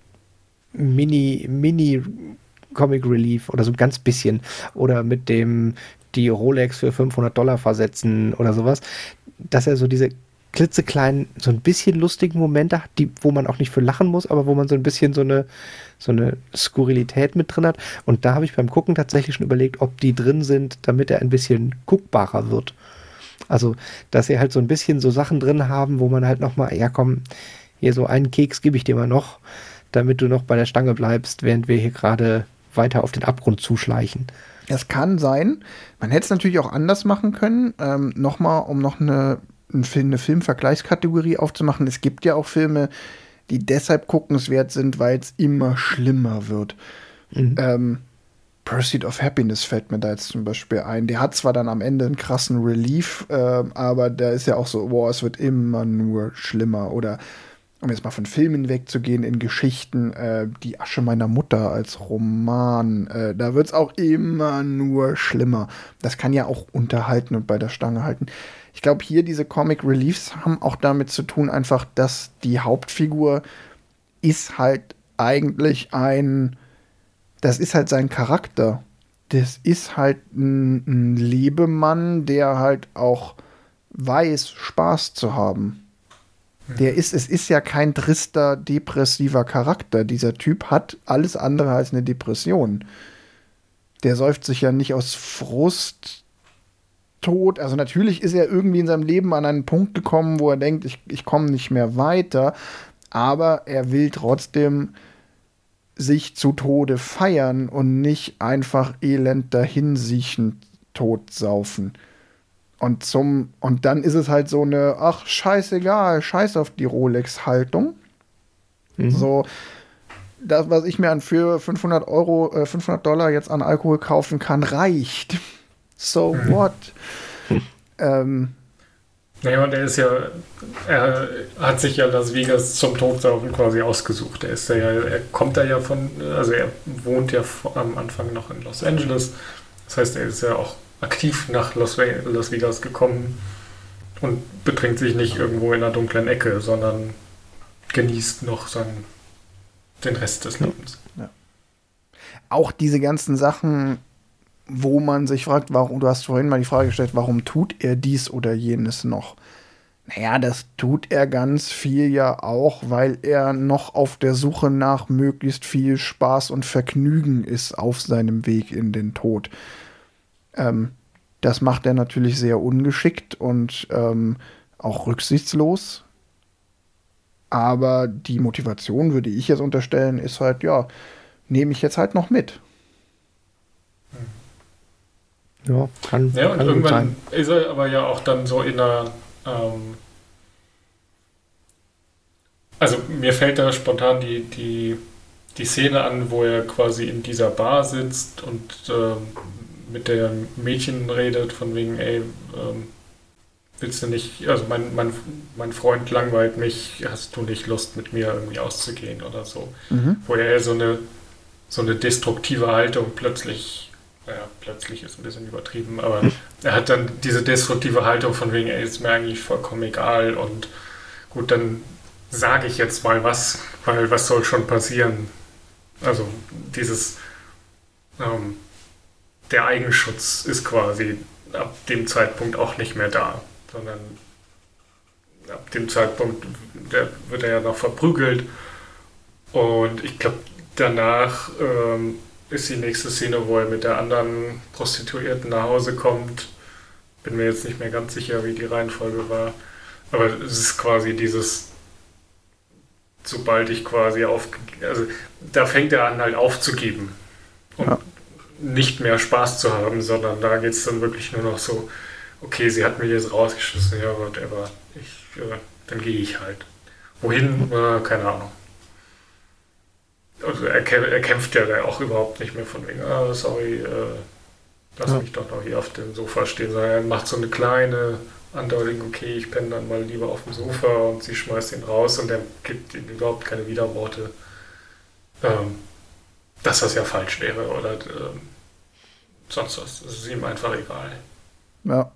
Mini, Mini Comic Relief oder so ein ganz bisschen. Oder mit dem die Rolex für fünfhundert Dollar versetzen oder sowas. Dass er so diese klitzekleinen, so ein bisschen lustigen Momente hat, die, wo man auch nicht für lachen muss, aber wo man so ein bisschen so eine, so eine Skurrilität mit drin hat. Und da habe ich beim Gucken tatsächlich schon überlegt, ob die drin sind, damit er ein bisschen guckbarer wird. Also, dass sie halt so ein bisschen so Sachen drin haben, wo man halt nochmal, ja komm, hier so einen Keks gebe ich dir mal noch, damit du noch bei der Stange bleibst, während wir hier gerade weiter auf den Abgrund zuschleichen.
Es kann sein. Man hätte es natürlich auch anders machen können. Ähm, nochmal, um noch eine, eine Filmvergleichskategorie aufzumachen. Es gibt ja auch Filme, die deshalb guckenswert sind, weil es immer schlimmer wird. Mhm. Ähm, Pursuit of Happiness fällt mir da jetzt zum Beispiel ein. Der hat zwar dann am Ende einen krassen Relief, äh, aber da ist ja auch so, boah, es wird immer nur schlimmer. Oder um jetzt mal von Filmen wegzugehen, in Geschichten, äh, Die Asche meiner Mutter als Roman, äh, da wird es auch immer nur schlimmer. Das kann ja auch unterhalten und bei der Stange halten. Ich glaube, hier diese Comic Reliefs haben auch damit zu tun, einfach, dass die Hauptfigur ist halt eigentlich ein Das ist halt sein Charakter. Das ist halt ein, ein Lebemann, der halt auch weiß, Spaß zu haben. Mhm. Der ist, es ist ja kein trister, depressiver Charakter. Dieser Typ hat alles andere als eine Depression. Der säuft sich ja nicht aus Frust tot. Also natürlich ist er irgendwie in seinem Leben an einen Punkt gekommen, wo er denkt, ich, ich komme nicht mehr weiter. Aber er will trotzdem sich zu Tode feiern und nicht einfach elend dahinsiechen totsaufen. Und zum und dann ist es halt so eine, ach, scheißegal, scheiß auf die Rolex-Haltung. Mhm. So, das, was ich mir an für fünfhundert Euro, äh, fünfhundert Dollar jetzt an Alkohol kaufen kann, reicht. So mhm. what? ähm,
Naja, und er ist ja, er hat sich ja Las Vegas zum Todsaufen quasi ausgesucht. Er ist ja, er kommt da ja von, also er wohnt ja am Anfang noch in Los Angeles. Das heißt, er ist ja auch aktiv nach Las Vegas gekommen und betrinkt sich nicht irgendwo in einer dunklen Ecke, sondern genießt noch seinen, den Rest des Lebens.
Ja. Auch diese ganzen Sachen, wo man sich fragt, warum, du hast vorhin mal die Frage gestellt, warum tut er dies oder jenes noch? Naja, das tut er ganz viel ja auch, weil er noch auf der Suche nach möglichst viel Spaß und Vergnügen ist auf seinem Weg in den Tod. Ähm, das macht er natürlich sehr ungeschickt und ähm, auch rücksichtslos. Aber die Motivation, würde ich jetzt unterstellen, ist halt, ja, nehme ich jetzt halt noch mit.
Ja, kann,
ja, und
kann
irgendwann
sein.
ist er aber ja auch dann so in einer. Ähm, also mir fällt da spontan die, die, die Szene an, wo er quasi in dieser Bar sitzt und ähm, mit der Mädchen redet, von wegen, ey, ähm, willst du nicht, also mein, mein, mein Freund langweilt mich, hast du nicht Lust mit mir irgendwie auszugehen oder so.
Mhm.
Wo er so eine, so eine destruktive Haltung plötzlich, naja, plötzlich ist ein bisschen übertrieben, aber er hat dann diese destruktive Haltung von wegen, ey, ist mir eigentlich vollkommen egal und gut, dann sage ich jetzt mal was, weil was soll schon passieren? Also dieses, ähm, der Eigenschutz ist quasi ab dem Zeitpunkt auch nicht mehr da, sondern ab dem Zeitpunkt der wird er ja noch verprügelt und ich glaube danach ähm, ist die nächste Szene, wo er mit der anderen Prostituierten nach Hause kommt. Bin mir jetzt nicht mehr ganz sicher, wie die Reihenfolge war, aber es ist quasi dieses, sobald ich quasi auf, also da fängt er an halt aufzugeben und ja. nicht mehr Spaß zu haben, sondern da geht es dann wirklich nur noch so, okay, sie hat mich jetzt rausgeschissen, ja, whatever, ich, äh, dann gehe ich halt. Wohin? Äh, keine Ahnung. Also er, er kämpft ja da auch überhaupt nicht mehr von wegen, ah, sorry, äh, lass ja. mich doch noch hier auf dem Sofa stehen, sondern er macht so eine kleine Andeutung, okay, ich penne dann mal lieber auf dem Sofa und sie schmeißt ihn raus und er gibt ihm überhaupt keine Widerworte, ähm, dass das ja falsch wäre oder ähm, sonst was. Das ist ihm einfach egal.
Ja.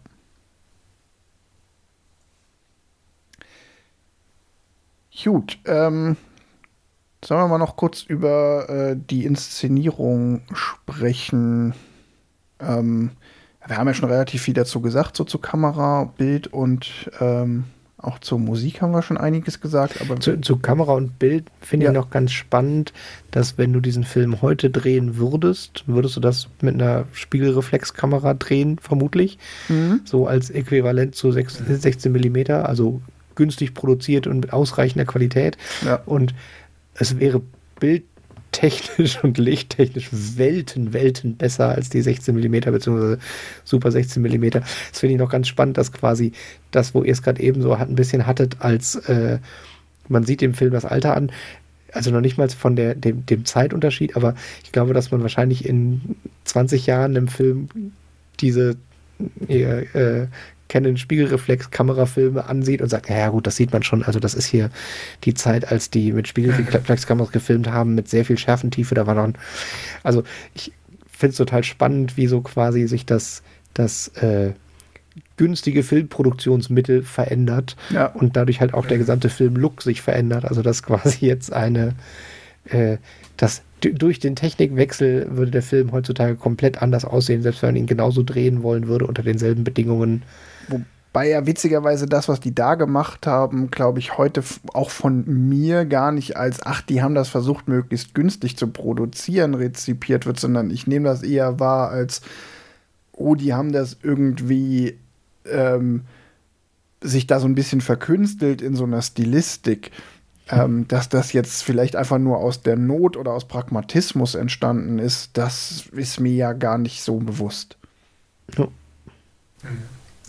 Gut, ähm, sollen wir mal noch kurz über äh, die Inszenierung sprechen. Ähm, wir haben ja schon relativ viel dazu gesagt, so zu Kamera, Bild und ähm, auch zur Musik haben wir schon einiges gesagt. Aber
zu, zu Kamera und Bild finde ja. ich noch ganz spannend, dass wenn du diesen Film heute drehen würdest, würdest du das mit einer Spiegelreflexkamera drehen, vermutlich. Mhm. So als Äquivalent zu sechzehn Millimeter, also günstig produziert und mit ausreichender Qualität. Ja. Und es wäre bildtechnisch und lichttechnisch Welten, Welten besser als die sechzehn Millimeter beziehungsweise Super sechzehn Millimeter. Das finde ich noch ganz spannend, dass quasi das, wo ihr es gerade eben so hat, ein bisschen hattet, als äh, man sieht im Film das Alter an, also noch nicht mal von der, dem, dem Zeitunterschied, aber ich glaube, dass man wahrscheinlich in zwanzig Jahren im Film diese äh, äh, Canon Spiegelreflex-Kamerafilme ansieht und sagt, ja gut, das sieht man schon, also das ist hier die Zeit, als die mit Spiegelreflexkameras gefilmt haben, mit sehr viel Schärfentiefe, da war noch ein, also ich finde es total spannend, wie so quasi sich das, das äh, günstige Filmproduktionsmittel verändert ja. und dadurch halt auch der gesamte Filmlook sich verändert, also dass quasi jetzt eine, äh, das durch den Technikwechsel würde der Film heutzutage komplett anders aussehen, selbst wenn man ihn genauso drehen wollen würde unter denselben Bedingungen.
Wobei ja witzigerweise das, was die da gemacht haben, glaube ich, heute auch von mir gar nicht als, ach, die haben das versucht, möglichst günstig zu produzieren, rezipiert wird, sondern ich nehme das eher wahr als, oh, die haben das irgendwie ähm, sich da so ein bisschen verkünstelt in so einer Stilistik. Ähm, dass das jetzt vielleicht einfach nur aus der Not oder aus Pragmatismus entstanden ist, das ist mir ja gar nicht so bewusst.
Ja. Mhm.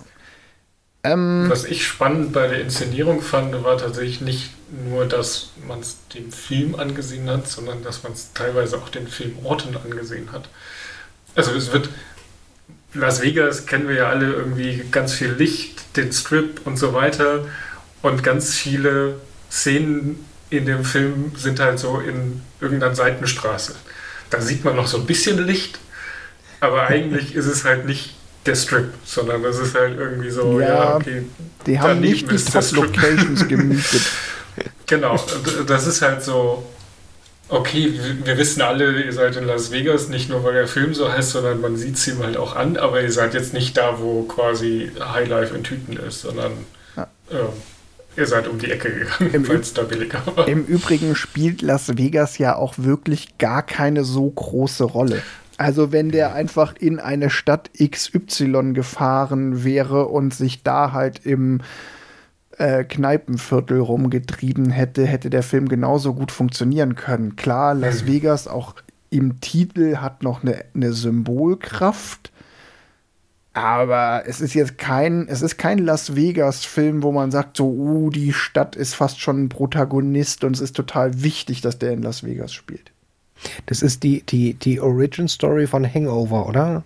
Ähm, Was ich spannend bei der Inszenierung fand, war tatsächlich nicht nur, dass man es dem Film angesehen hat, sondern dass man es teilweise auch den Filmorten angesehen hat. Also es wird, Las Vegas kennen wir ja alle irgendwie, ganz viel Licht, den Strip und so weiter und ganz viele Szenen in dem Film sind halt so in irgendeiner Seitenstraße. Da sieht man noch so ein bisschen Licht, aber eigentlich ist es halt nicht der Strip, sondern es ist halt irgendwie so,
ja,
ja okay.
Die haben nicht die Top-Locations gemietet.
Genau, das ist halt so, okay, wir wissen alle, ihr seid in Las Vegas, nicht nur weil der Film so heißt, sondern man sieht es ihm halt auch an, aber ihr seid jetzt nicht da, wo quasi Highlife in Tüten ist, sondern ja. ähm, ihr seid um die Ecke gegangen, weil es da billiger war.
Im Übrigen spielt Las Vegas ja auch wirklich gar keine so große Rolle. Also wenn der einfach in eine Stadt X Y gefahren wäre und sich da halt im äh, Kneipenviertel rumgetrieben hätte, hätte der Film genauso gut funktionieren können. Klar, Las Vegas auch im Titel hat noch eine, eine Symbolkraft. Aber es ist jetzt kein, es ist kein Las Vegas-Film, wo man sagt, so, uh, die Stadt ist fast schon ein Protagonist und es ist total wichtig, dass der in Las Vegas spielt.
Das ist die, die, die Origin-Story von Hangover, oder?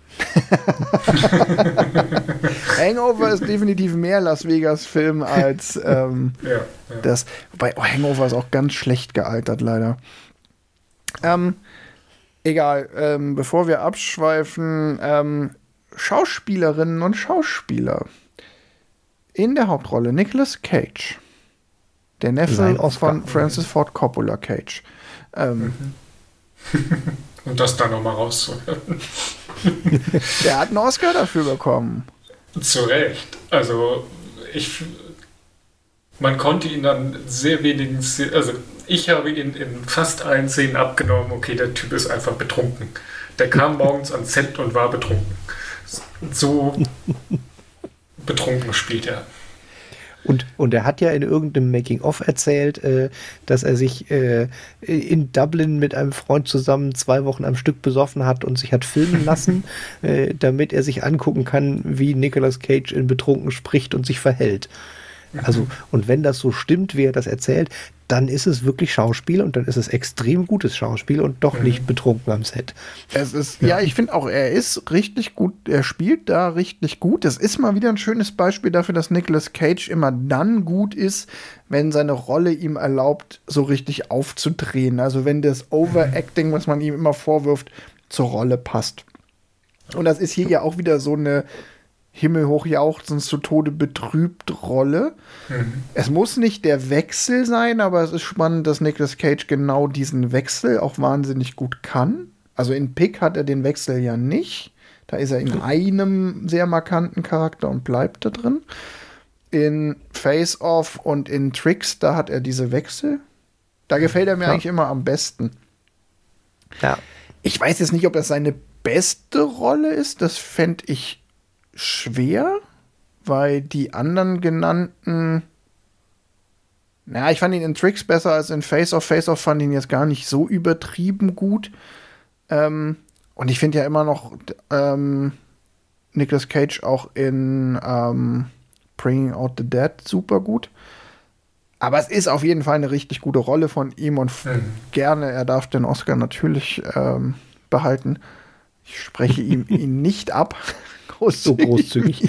Hangover ist definitiv mehr Las Vegas-Film als ähm,
ja, ja.
das. Wobei, oh, Hangover ist auch ganz schlecht gealtert, leider. Ähm, egal, ähm, bevor wir abschweifen, ähm, Schauspielerinnen und Schauspieler. In der Hauptrolle Nicolas Cage. Der Neffe von Francis Ford Coppola Cage. Ähm,
mhm. Und das dann nochmal rauszuhören.
Der hat einen Oscar dafür bekommen.
Zu Recht. Also ich man konnte ihn dann sehr wenigen Szenen, also ich habe ihn in fast allen Szenen abgenommen, okay, der Typ ist einfach betrunken. Der kam morgens ans Set und war betrunken. So betrunken spielt er.
Und, und er hat ja in irgendeinem Making-of erzählt, äh, dass er sich äh, in Dublin mit einem Freund zusammen zwei Wochen am Stück besoffen hat und sich hat filmen lassen, äh, damit er sich angucken kann, wie Nicolas Cage in Betrunken spricht und sich verhält. Also, und wenn das so stimmt, wie er das erzählt, dann ist es wirklich Schauspiel und dann ist es extrem gutes Schauspiel und doch nicht betrunken am Set.
Es ist, ja, ich finde auch, er ist richtig gut, er spielt da richtig gut. Das ist mal wieder ein schönes Beispiel dafür, dass Nicolas Cage immer dann gut ist, wenn seine Rolle ihm erlaubt, so richtig aufzudrehen. Also wenn das Overacting, was man ihm immer vorwirft, zur Rolle passt. Und das ist hier ja auch wieder so eine himmelhoch jauchzend zu Tode betrübt Rolle. Mhm. Es muss nicht der Wechsel sein, aber es ist spannend, dass Nicolas Cage genau diesen Wechsel auch wahnsinnig gut kann. Also in Pick hat er den Wechsel ja nicht. Da ist er in einem sehr markanten Charakter und bleibt da drin. In Face Off und in Tricks, da hat er diese Wechsel. Da gefällt er mir ja. eigentlich immer am besten.
Ja.
Ich weiß jetzt nicht, ob das seine beste Rolle ist. Das fände ich schwer, weil die anderen genannten, naja, ich fand ihn in Tricks besser als in Face Off. Face Off fand ihn jetzt gar nicht so übertrieben gut. Ähm, und ich finde ja immer noch ähm, Nicolas Cage auch in ähm, Bringing Out the Dead super gut. Aber es ist auf jeden Fall eine richtig gute Rolle von ihm und mhm. gerne, er darf den Oscar natürlich ähm, behalten. Ich spreche ihm ihn nicht ab. Großzügig.
So großzügig.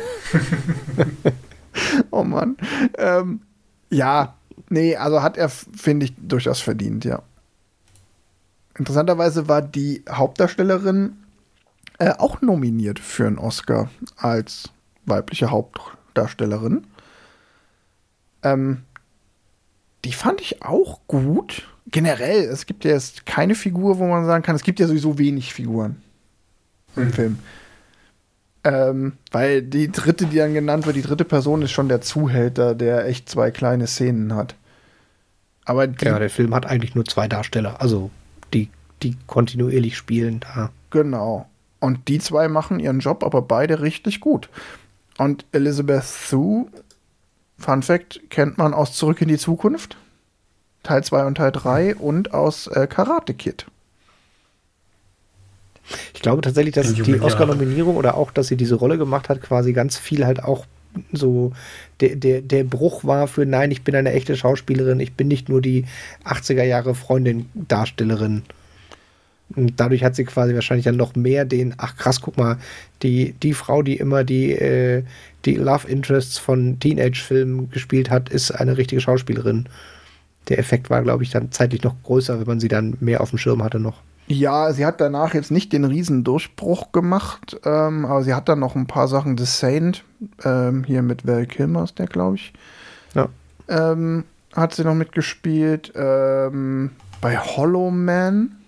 Oh Mann. Ähm, ja, nee, also hat er, finde ich, durchaus verdient, ja. Interessanterweise war die Hauptdarstellerin äh, auch nominiert für einen Oscar als weibliche Hauptdarstellerin. Ähm, die fand ich auch gut. Generell, es gibt ja jetzt keine Figur, wo man sagen kann, es gibt ja sowieso wenig Figuren im mhm. Film. Ähm, weil die dritte, die dann genannt wird, die dritte Person ist schon der Zuhälter, der echt zwei kleine Szenen hat. Aber die,
ja, der Film hat eigentlich nur zwei Darsteller, also die, die kontinuierlich spielen da.
Genau. Und die zwei machen ihren Job, aber beide richtig gut. Und Elizabeth Shue, Fun Fact, kennt man aus Zurück in die Zukunft, Teil zwei und Teil drei und aus äh, Karate Kid.
Ich glaube tatsächlich, dass die Oscar-Nominierung oder auch, dass sie diese Rolle gemacht hat, quasi ganz viel halt auch so der, der, der Bruch war für, nein, ich bin eine echte Schauspielerin, ich bin nicht nur die achtziger Jahre Freundin-Darstellerin. Und dadurch hat sie quasi wahrscheinlich dann noch mehr den, ach krass, guck mal, die, die Frau, die immer die, äh, die Love Interests von Teenage-Filmen gespielt hat, ist eine richtige Schauspielerin. Der Effekt war, glaube ich, dann zeitlich noch größer, wenn man sie dann mehr auf dem Schirm hatte noch.
Ja, sie hat danach jetzt nicht den riesen Durchbruch gemacht, ähm, aber sie hat dann noch ein paar Sachen. The Saint, ähm, hier mit Val Kilmer ist der, glaube ich.
Ja.
Ähm, hat sie noch mitgespielt. Ähm, bei Hollow Man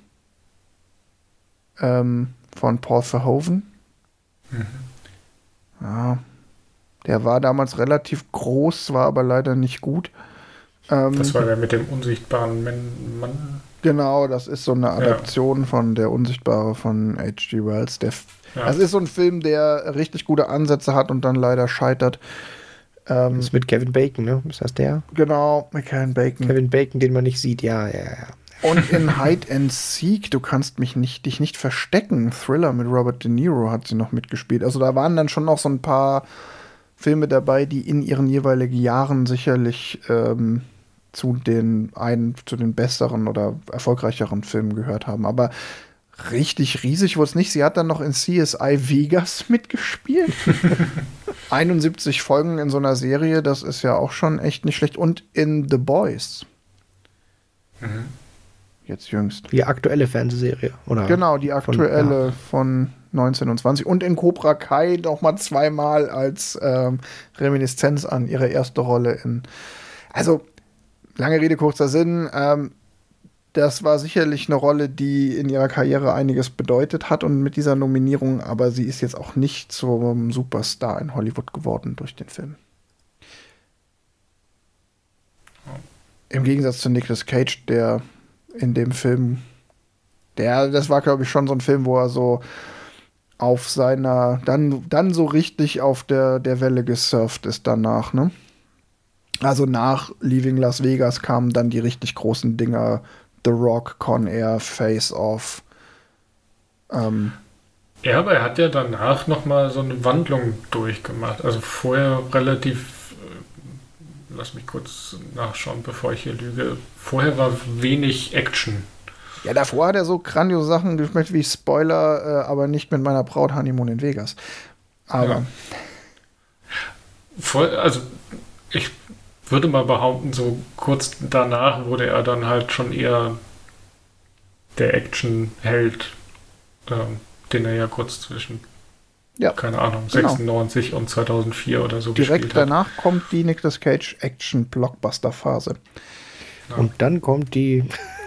ähm, von Paul Verhoeven. Mhm. Ja, der war damals relativ groß, war aber leider nicht gut. Ähm,
das war der mit dem unsichtbaren Mann.
Genau, das ist so eine Adaption ja. von Der Unsichtbare von H G Wells. Der, ja. Das ist so ein Film, der richtig gute Ansätze hat und dann leider scheitert. Ähm,
das ist mit Kevin Bacon, ne? Ist das der?
Genau, mit Kevin Bacon.
Kevin Bacon, den man nicht sieht, ja, ja, ja.
Und in Hide and Seek, du kannst mich nicht, dich nicht verstecken, Thriller mit Robert De Niro hat sie noch mitgespielt. Also da waren dann schon noch so ein paar Filme dabei, die in ihren jeweiligen Jahren sicherlich ähm, zu den einen, zu den besseren oder erfolgreicheren Filmen gehört haben. Aber richtig riesig wurde es nicht. Sie hat dann noch in C S I Vegas mitgespielt. einundsiebzig Folgen in so einer Serie, das ist ja auch schon echt nicht schlecht. Und in The Boys.
Mhm.
Jetzt jüngst.
Die aktuelle Fernsehserie, oder?
Genau, die aktuelle
von, ja.
von neunzehn und zwanzig. Und in Cobra Kai noch mal zweimal als ähm, Reminiszenz an ihre erste Rolle in. Also, lange Rede, kurzer Sinn. Ähm, das war sicherlich eine Rolle, die in ihrer Karriere einiges bedeutet hat und mit dieser Nominierung, aber sie ist jetzt auch nicht zum Superstar in Hollywood geworden durch den Film. Im Gegensatz zu Nicolas Cage, der in dem Film, der, das war, glaube ich, schon so ein Film, wo er so auf seiner, dann, dann so richtig auf der, der Welle gesurft ist danach, ne? Also nach Leaving Las Vegas kamen dann die richtig großen Dinger, The Rock, Con Air, Face Off. Ähm,
ja, aber er hat ja danach nochmal so eine Wandlung durchgemacht. Also vorher relativ, äh, lass mich kurz nachschauen, bevor ich hier lüge. Vorher war wenig Action.
Ja, davor hat er so grandiose Sachen gemacht wie Spoiler, äh, aber nicht mit meiner Braut Honeymoon in Vegas. Aber.
Ja. Voll, also, ich würde mal behaupten, so kurz danach wurde er dann halt schon eher der Action-Held, ähm, den er ja kurz zwischen,
ja,
keine Ahnung,
genau.
sechsundneunzig und zweitausendvier oder so
Direkt
gespielt hat.
danach kommt die Nicolas Cage Action-Blockbuster-Phase.
Ja.
Und dann kommt die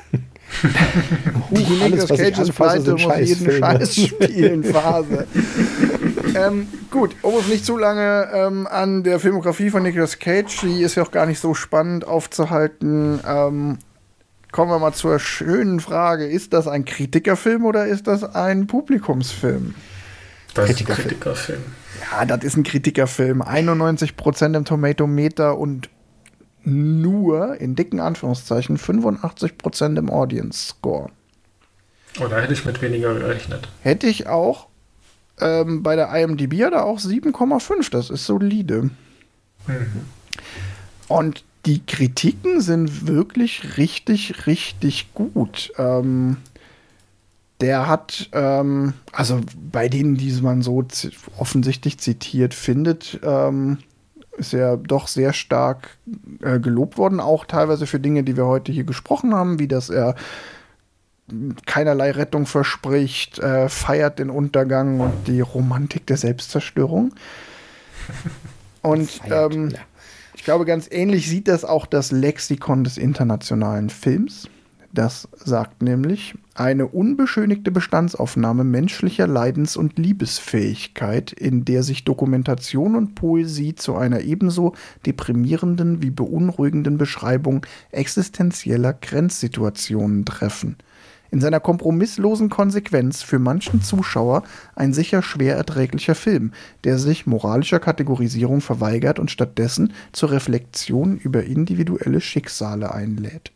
Die Nicolas Cage ist pleite und muss jeden Scheiß spielen Phase. ähm, gut, um uns nicht zu lange ähm, an der Filmografie von Nicolas Cage, die ist ja auch gar nicht so spannend aufzuhalten, ähm, kommen wir mal zur schönen Frage. Ist das ein Kritikerfilm oder ist das ein Publikumsfilm?
Das ist ein Kritikerfilm.
Ja, das ist ein Kritikerfilm. einundneunzig Prozent im Tomatometer und nur, in dicken Anführungszeichen, fünfundachtzig Prozent im Audience Score.
Oh, da hätte ich mit weniger gerechnet.
Hätte ich auch. Ähm, bei der I M D B hat er auch sieben Komma fünf. Das ist solide.
Mhm.
Und die Kritiken sind wirklich richtig, richtig gut. Ähm, der hat, ähm, also bei denen, die man so z- offensichtlich zitiert findet, ähm, ist er doch sehr stark äh, gelobt worden, auch teilweise für Dinge, die wir heute hier gesprochen haben, wie dass er keinerlei Rettung verspricht, äh, feiert den Untergang und die Romantik der Selbstzerstörung. Und
Feiert,
ähm,
ja.
ich glaube, ganz ähnlich sieht das auch das Lexikon des internationalen Films. Das sagt nämlich, eine unbeschönigte Bestandsaufnahme menschlicher Leidens- und Liebesfähigkeit, in der sich Dokumentation und Poesie zu einer ebenso deprimierenden wie beunruhigenden Beschreibung existenzieller Grenzsituationen treffen. In seiner kompromisslosen Konsequenz für manchen Zuschauer ein sicher schwer erträglicher Film, der sich moralischer Kategorisierung verweigert und stattdessen zur Reflexion über individuelle Schicksale einlädt.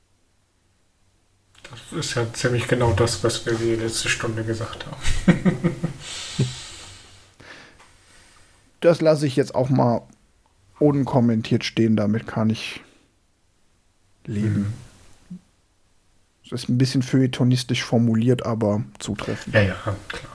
Das ist ja ziemlich genau das, was wir die letzte Stunde gesagt haben.
Das lasse ich jetzt auch mal unkommentiert stehen, damit kann ich leben. Mhm. Das ist ein bisschen feuilletonistisch formuliert, aber zutreffend.
Ja, ja, klar.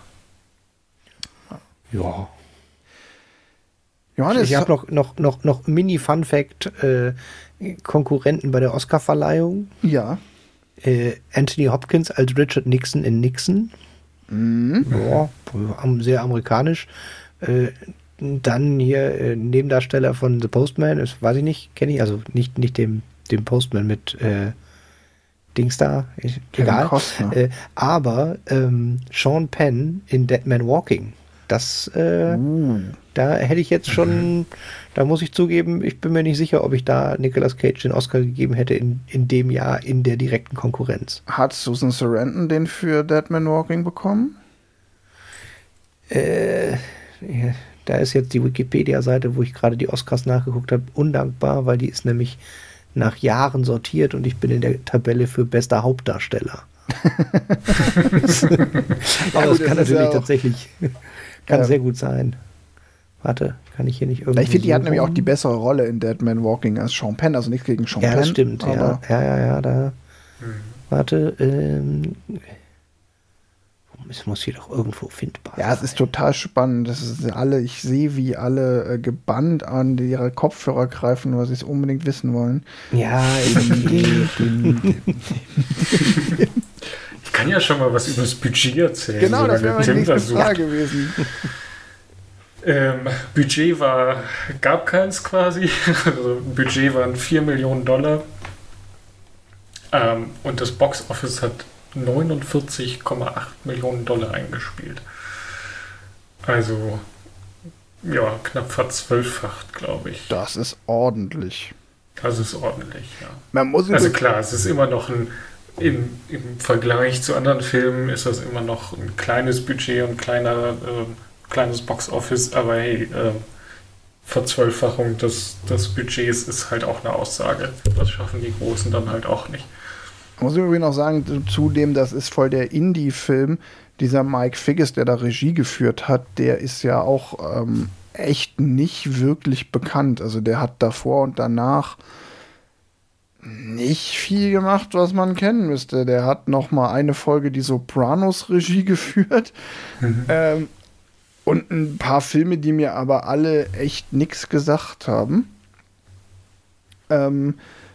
Ja.
Johannes,
Ich habe noch, noch, noch, noch Mini-Fun-Fact: äh, Konkurrenten bei der Oscarverleihung.
Ja.
Äh, Anthony Hopkins als Richard Nixon in Nixon.
Mhm.
Ja, sehr amerikanisch. Äh, dann hier äh, Nebendarsteller von The Postman, das weiß ich nicht, kenne ich, also nicht, nicht dem, dem Postman mit äh, Dings da, ich, egal. Äh, aber ähm, Sean Penn in Dead Man Walking. Das, äh, uh. da hätte ich jetzt schon, da muss ich zugeben, ich bin mir nicht sicher, ob ich da Nicolas Cage den Oscar gegeben hätte in, in dem Jahr in der direkten Konkurrenz.
Hat Susan Sarandon den für Dead Man Walking bekommen?
Äh, ja, da ist jetzt die Wikipedia-Seite, wo ich gerade die Oscars nachgeguckt habe, undankbar, weil die ist nämlich nach Jahren sortiert und ich bin in der Tabelle für bester Hauptdarsteller. Aber ja, gut, das kann natürlich ja tatsächlich kann ja. sehr gut sein. Warte, kann ich hier nicht irgendwie.
Ich finde, die hat nämlich auch die bessere Rolle in Dead Man Walking als Sean Penn, also nichts gegen Sean
ja,
Penn.
Ja, das stimmt, ja. Ja, ja, ja, da. Hm. Warte, ähm. Es muss hier doch irgendwo findbar sein.
Ja, es ist total spannend. Das ist alle, ich sehe, wie alle äh, gebannt an ihre Kopfhörer greifen, weil sie es unbedingt wissen wollen.
Ja,
ich kann ja schon mal was über das Budget erzählen.
Genau, das wäre meine nächste Frage gewesen.
Ähm, Budget war, gab keins quasi. Also Budget waren vier Millionen Dollar. Ähm, und das Box Office hat neunundvierzig Komma acht Millionen Dollar eingespielt. Also, ja, knapp verzwölffacht, glaube ich.
Das ist ordentlich.
Das ist ordentlich, ja.
Man muss
also klar, es ist immer noch ein, im, im Vergleich zu anderen Filmen ist das immer noch ein kleines Budget und kleiner, äh, kleines Box-Office, aber hey, äh, Verzwölffachung des, des Budgets ist halt auch eine Aussage. Das schaffen die Großen dann halt auch nicht.
Muss ich übrigens noch sagen, zudem, das ist voll der Indie-Film. Dieser Mike Figgis, der da Regie geführt hat, der ist ja auch ähm, echt nicht wirklich bekannt. Also der hat davor und danach nicht viel gemacht, was man kennen müsste. Der hat noch mal eine Folge die Sopranos Regie geführt. Mhm. Ähm, und ein paar Filme, die mir aber alle echt nichts gesagt haben. Ähm,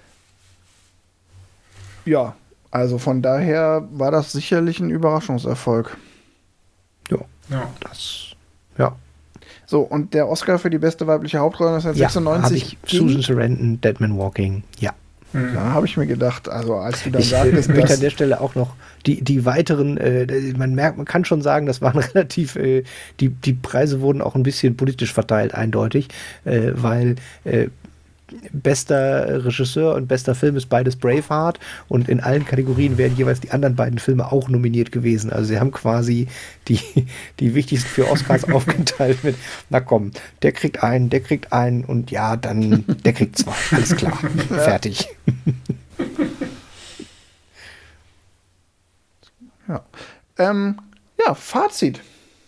Ja, also von daher war das sicherlich ein Überraschungserfolg.
Ja, ja. Das, ja.
So, und der Oscar für die beste weibliche Hauptrolle neunzehnhundertsechsundneunzig.
Ja, habe ich Susan Sarandon, Dead Man Walking, ja.
Mhm. Ja, habe ich mir gedacht, also als du dann
ich,
sagtest,
ich möchte an der Stelle auch noch die, die weiteren, äh, man merkt, man kann schon sagen, das waren relativ, äh, die, die Preise wurden auch ein bisschen politisch verteilt, eindeutig, äh, weil äh, bester Regisseur und bester Film ist beides Braveheart und in allen Kategorien wären jeweils die anderen beiden Filme auch nominiert gewesen. Also sie haben quasi die, die wichtigsten für Oscars aufgeteilt mit, na komm, der kriegt einen, der kriegt einen und ja, dann der kriegt zwei. Alles klar, fertig.
Ja. Ähm, ja, Fazit.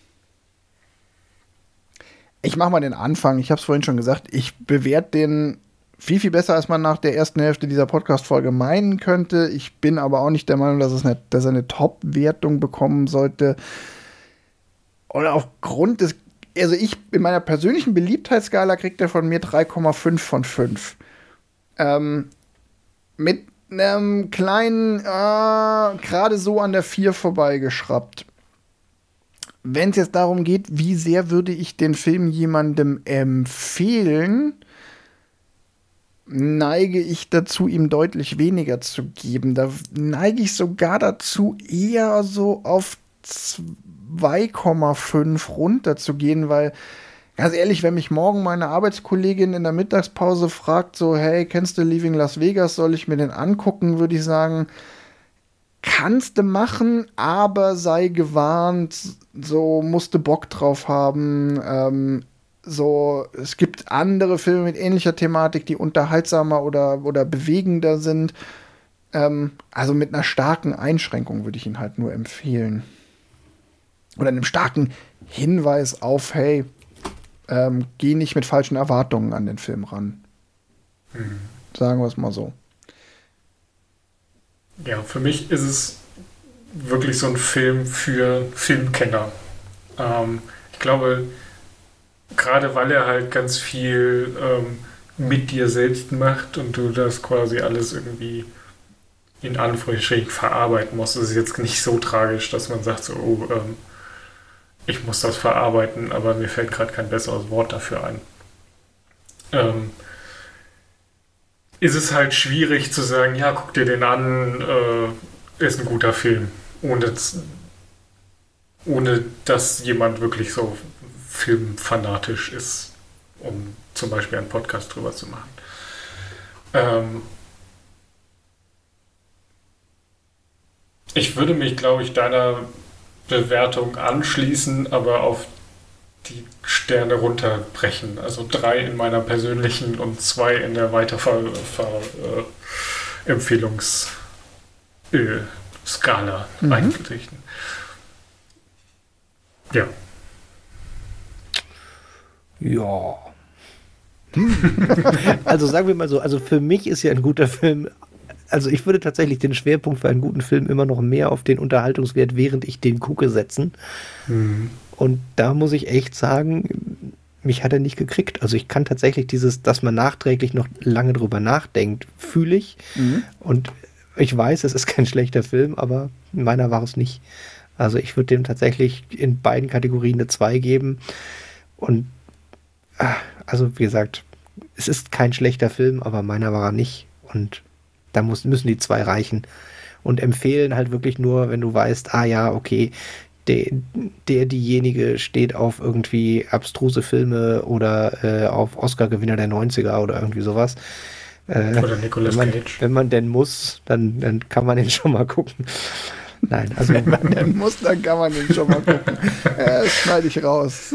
Ich mache mal den Anfang. Ich habe es vorhin schon gesagt. Ich bewerte den viel, viel besser, als man nach der ersten Hälfte dieser Podcast-Folge meinen könnte. Ich bin aber auch nicht der Meinung, dass, es eine, dass er eine Top-Wertung bekommen sollte. Und aufgrund des, also ich, in meiner persönlichen Beliebtheitsskala kriegt er von mir drei Komma fünf von fünf. Ähm, mit einem kleinen, äh, gerade so an der vier vorbeigeschraubt. Wenn es jetzt darum geht, wie sehr würde ich den Film jemandem empfehlen, neige ich dazu, ihm deutlich weniger zu geben. Da neige ich sogar dazu, eher so auf zwei Komma fünf runterzugehen, weil, ganz ehrlich, wenn mich morgen meine Arbeitskollegin in der Mittagspause fragt, so, hey, kennst du Leaving Las Vegas, soll ich mir den angucken, würde ich sagen, kannst du machen, aber sei gewarnt, so musst du Bock drauf haben. Ähm, so, es gibt andere Filme mit ähnlicher Thematik, die unterhaltsamer oder, oder bewegender sind. Ähm, also mit einer starken Einschränkung würde ich ihn halt nur empfehlen. Oder einem starken Hinweis auf, hey, ähm, geh nicht mit falschen Erwartungen an den Film ran. Mhm. Sagen wir es mal so.
Ja, für mich ist es wirklich so ein Film für Filmkenner. Ähm, ich glaube, gerade weil er halt ganz viel ähm, mit dir selbst macht und du das quasi alles irgendwie in Anführungsstrichen verarbeiten musst, ist es jetzt nicht so tragisch, dass man sagt so, oh, ähm, ich muss das verarbeiten, aber mir fällt gerade kein besseres Wort dafür ein. Ähm, ist es halt schwierig zu sagen, ja, guck dir den an, äh, ist ein guter Film. Ohne, ohne dass jemand wirklich so filmfanatisch ist, um zum Beispiel einen Podcast drüber zu machen. Ähm ich würde mich, glaube ich, deiner Bewertung anschließen, aber auf die Sterne runterbrechen. Also drei in meiner persönlichen und zwei in der Weiterempfehlungsskala äh, mhm. einrichten. Ja.
Ja. Also sagen wir mal so, also für mich ist ja ein guter Film, also ich würde tatsächlich den Schwerpunkt für einen guten Film immer noch mehr auf den Unterhaltungswert, während ich den gucke, setzen. Mhm. Und da muss ich echt sagen, mich hat er nicht gekriegt. Also ich kann tatsächlich dieses, dass man nachträglich noch lange drüber nachdenkt, fühle ich. Mhm. Und ich weiß, es ist kein schlechter Film, aber meiner war es nicht. Also ich würde dem tatsächlich in beiden Kategorien eine zwei geben. Und also wie gesagt, es ist kein schlechter Film, aber meiner war er nicht. Und da muss, müssen die zwei reichen. Und empfehlen halt wirklich nur, wenn du weißt, ah ja, okay, der, der diejenige steht auf irgendwie abstruse Filme oder äh, auf Oscar-Gewinner der neunziger oder irgendwie sowas. Äh,
oder Nicolas
wenn man,
Cage.
Wenn man denn muss, dann, dann kann man den schon mal gucken. Nein, also
wenn man denn muss, dann kann man den schon mal gucken. äh, das schneide ich raus.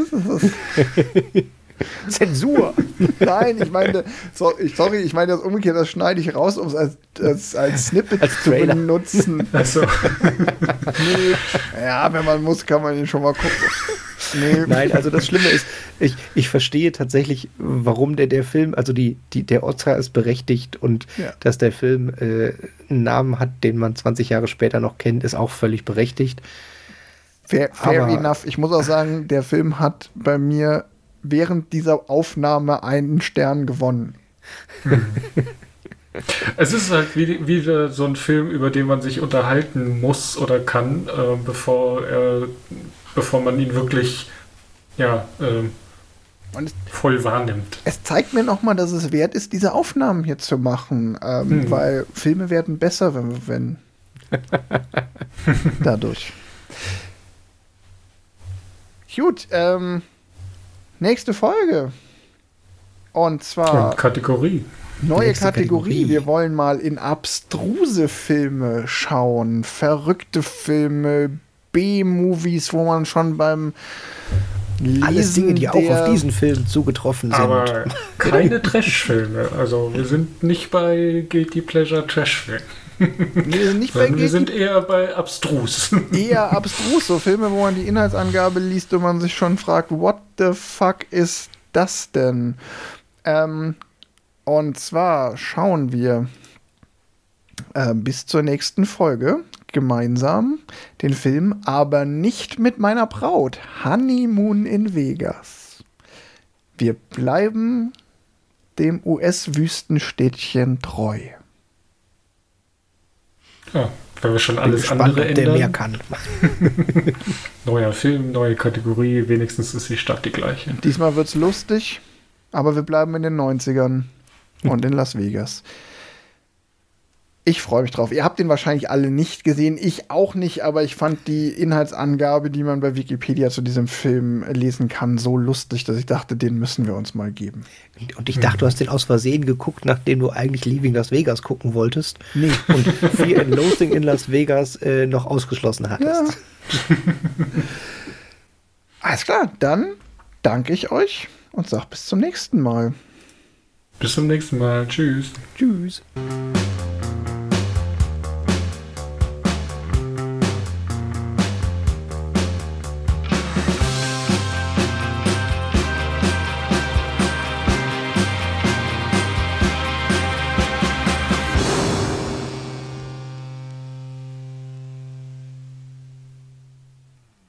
Zensur!
Nein, ich meine, so, ich, sorry, ich meine das umgekehrt, das schneide ich raus, um es als, als, als Snippet
als
zu benutzen.
Also.
Nee. Ja, wenn man muss, kann man ihn schon mal gucken.
Nee. Nein, also das Schlimme ist, ich, ich verstehe tatsächlich, warum der, der Film, also die, die, der Oscar ist berechtigt und ja. dass der Film äh, einen Namen hat, den man zwanzig Jahre später noch kennt, ist auch völlig berechtigt.
Fair, fair enough. Ich muss auch sagen, der Film hat bei mir während dieser Aufnahme einen Stern gewonnen.
Hm. Es ist halt wie, wieder so ein Film, über den man sich unterhalten muss oder kann, äh, bevor, er, bevor man ihn wirklich ja, äh,
Und es,
voll wahrnimmt.
Es zeigt mir nochmal, dass es wert ist, diese Aufnahmen hier zu machen, ähm, hm. weil Filme werden besser, wenn, wenn dadurch. Gut, ähm, nächste Folge. Und zwar
ja, Kategorie.
Neue Kategorie. Kategorie. Wir wollen mal in abstruse Filme schauen. Verrückte Filme, B-Movies, wo man schon beim Lesen
alles Dinge, die auch auf diesen Film zugetroffen sind.
Aber keine Trash-Filme. Also wir sind nicht bei Guilty Pleasure Trash-Filmen.
Wir sind nicht bei
Wir sind eher bei abstrus.
Eher abstrus, so Filme, wo man die Inhaltsangabe liest und man sich schon fragt, what the fuck ist das denn? Ähm, und zwar schauen wir äh, bis zur nächsten Folge gemeinsam den Film Aber nicht mit meiner Braut. Honeymoon in Vegas. Wir bleiben dem U S-Wüstenstädtchen treu.
Ja, weil wir schon alles
gespannt,
andere
ob
ändern.
Der mehr kann.
Neuer Film, neue Kategorie, wenigstens ist die Stadt die gleiche.
Diesmal wird's lustig, aber wir bleiben in den neunzigern und in Las Vegas. Ich freue mich drauf. Ihr habt den wahrscheinlich alle nicht gesehen, ich auch nicht, aber ich fand die Inhaltsangabe, die man bei Wikipedia zu diesem Film lesen kann, so lustig, dass ich dachte, den müssen wir uns mal geben.
Und ich dachte, du hast den aus Versehen geguckt, nachdem du eigentlich Leaving Las Vegas gucken wolltest.
Nee.
Und Fear and Loathing in Las Vegas äh, noch ausgeschlossen hattest.
Ja. Alles klar, dann danke ich euch und sag bis zum nächsten Mal.
Bis zum nächsten Mal. Tschüss.
Tschüss.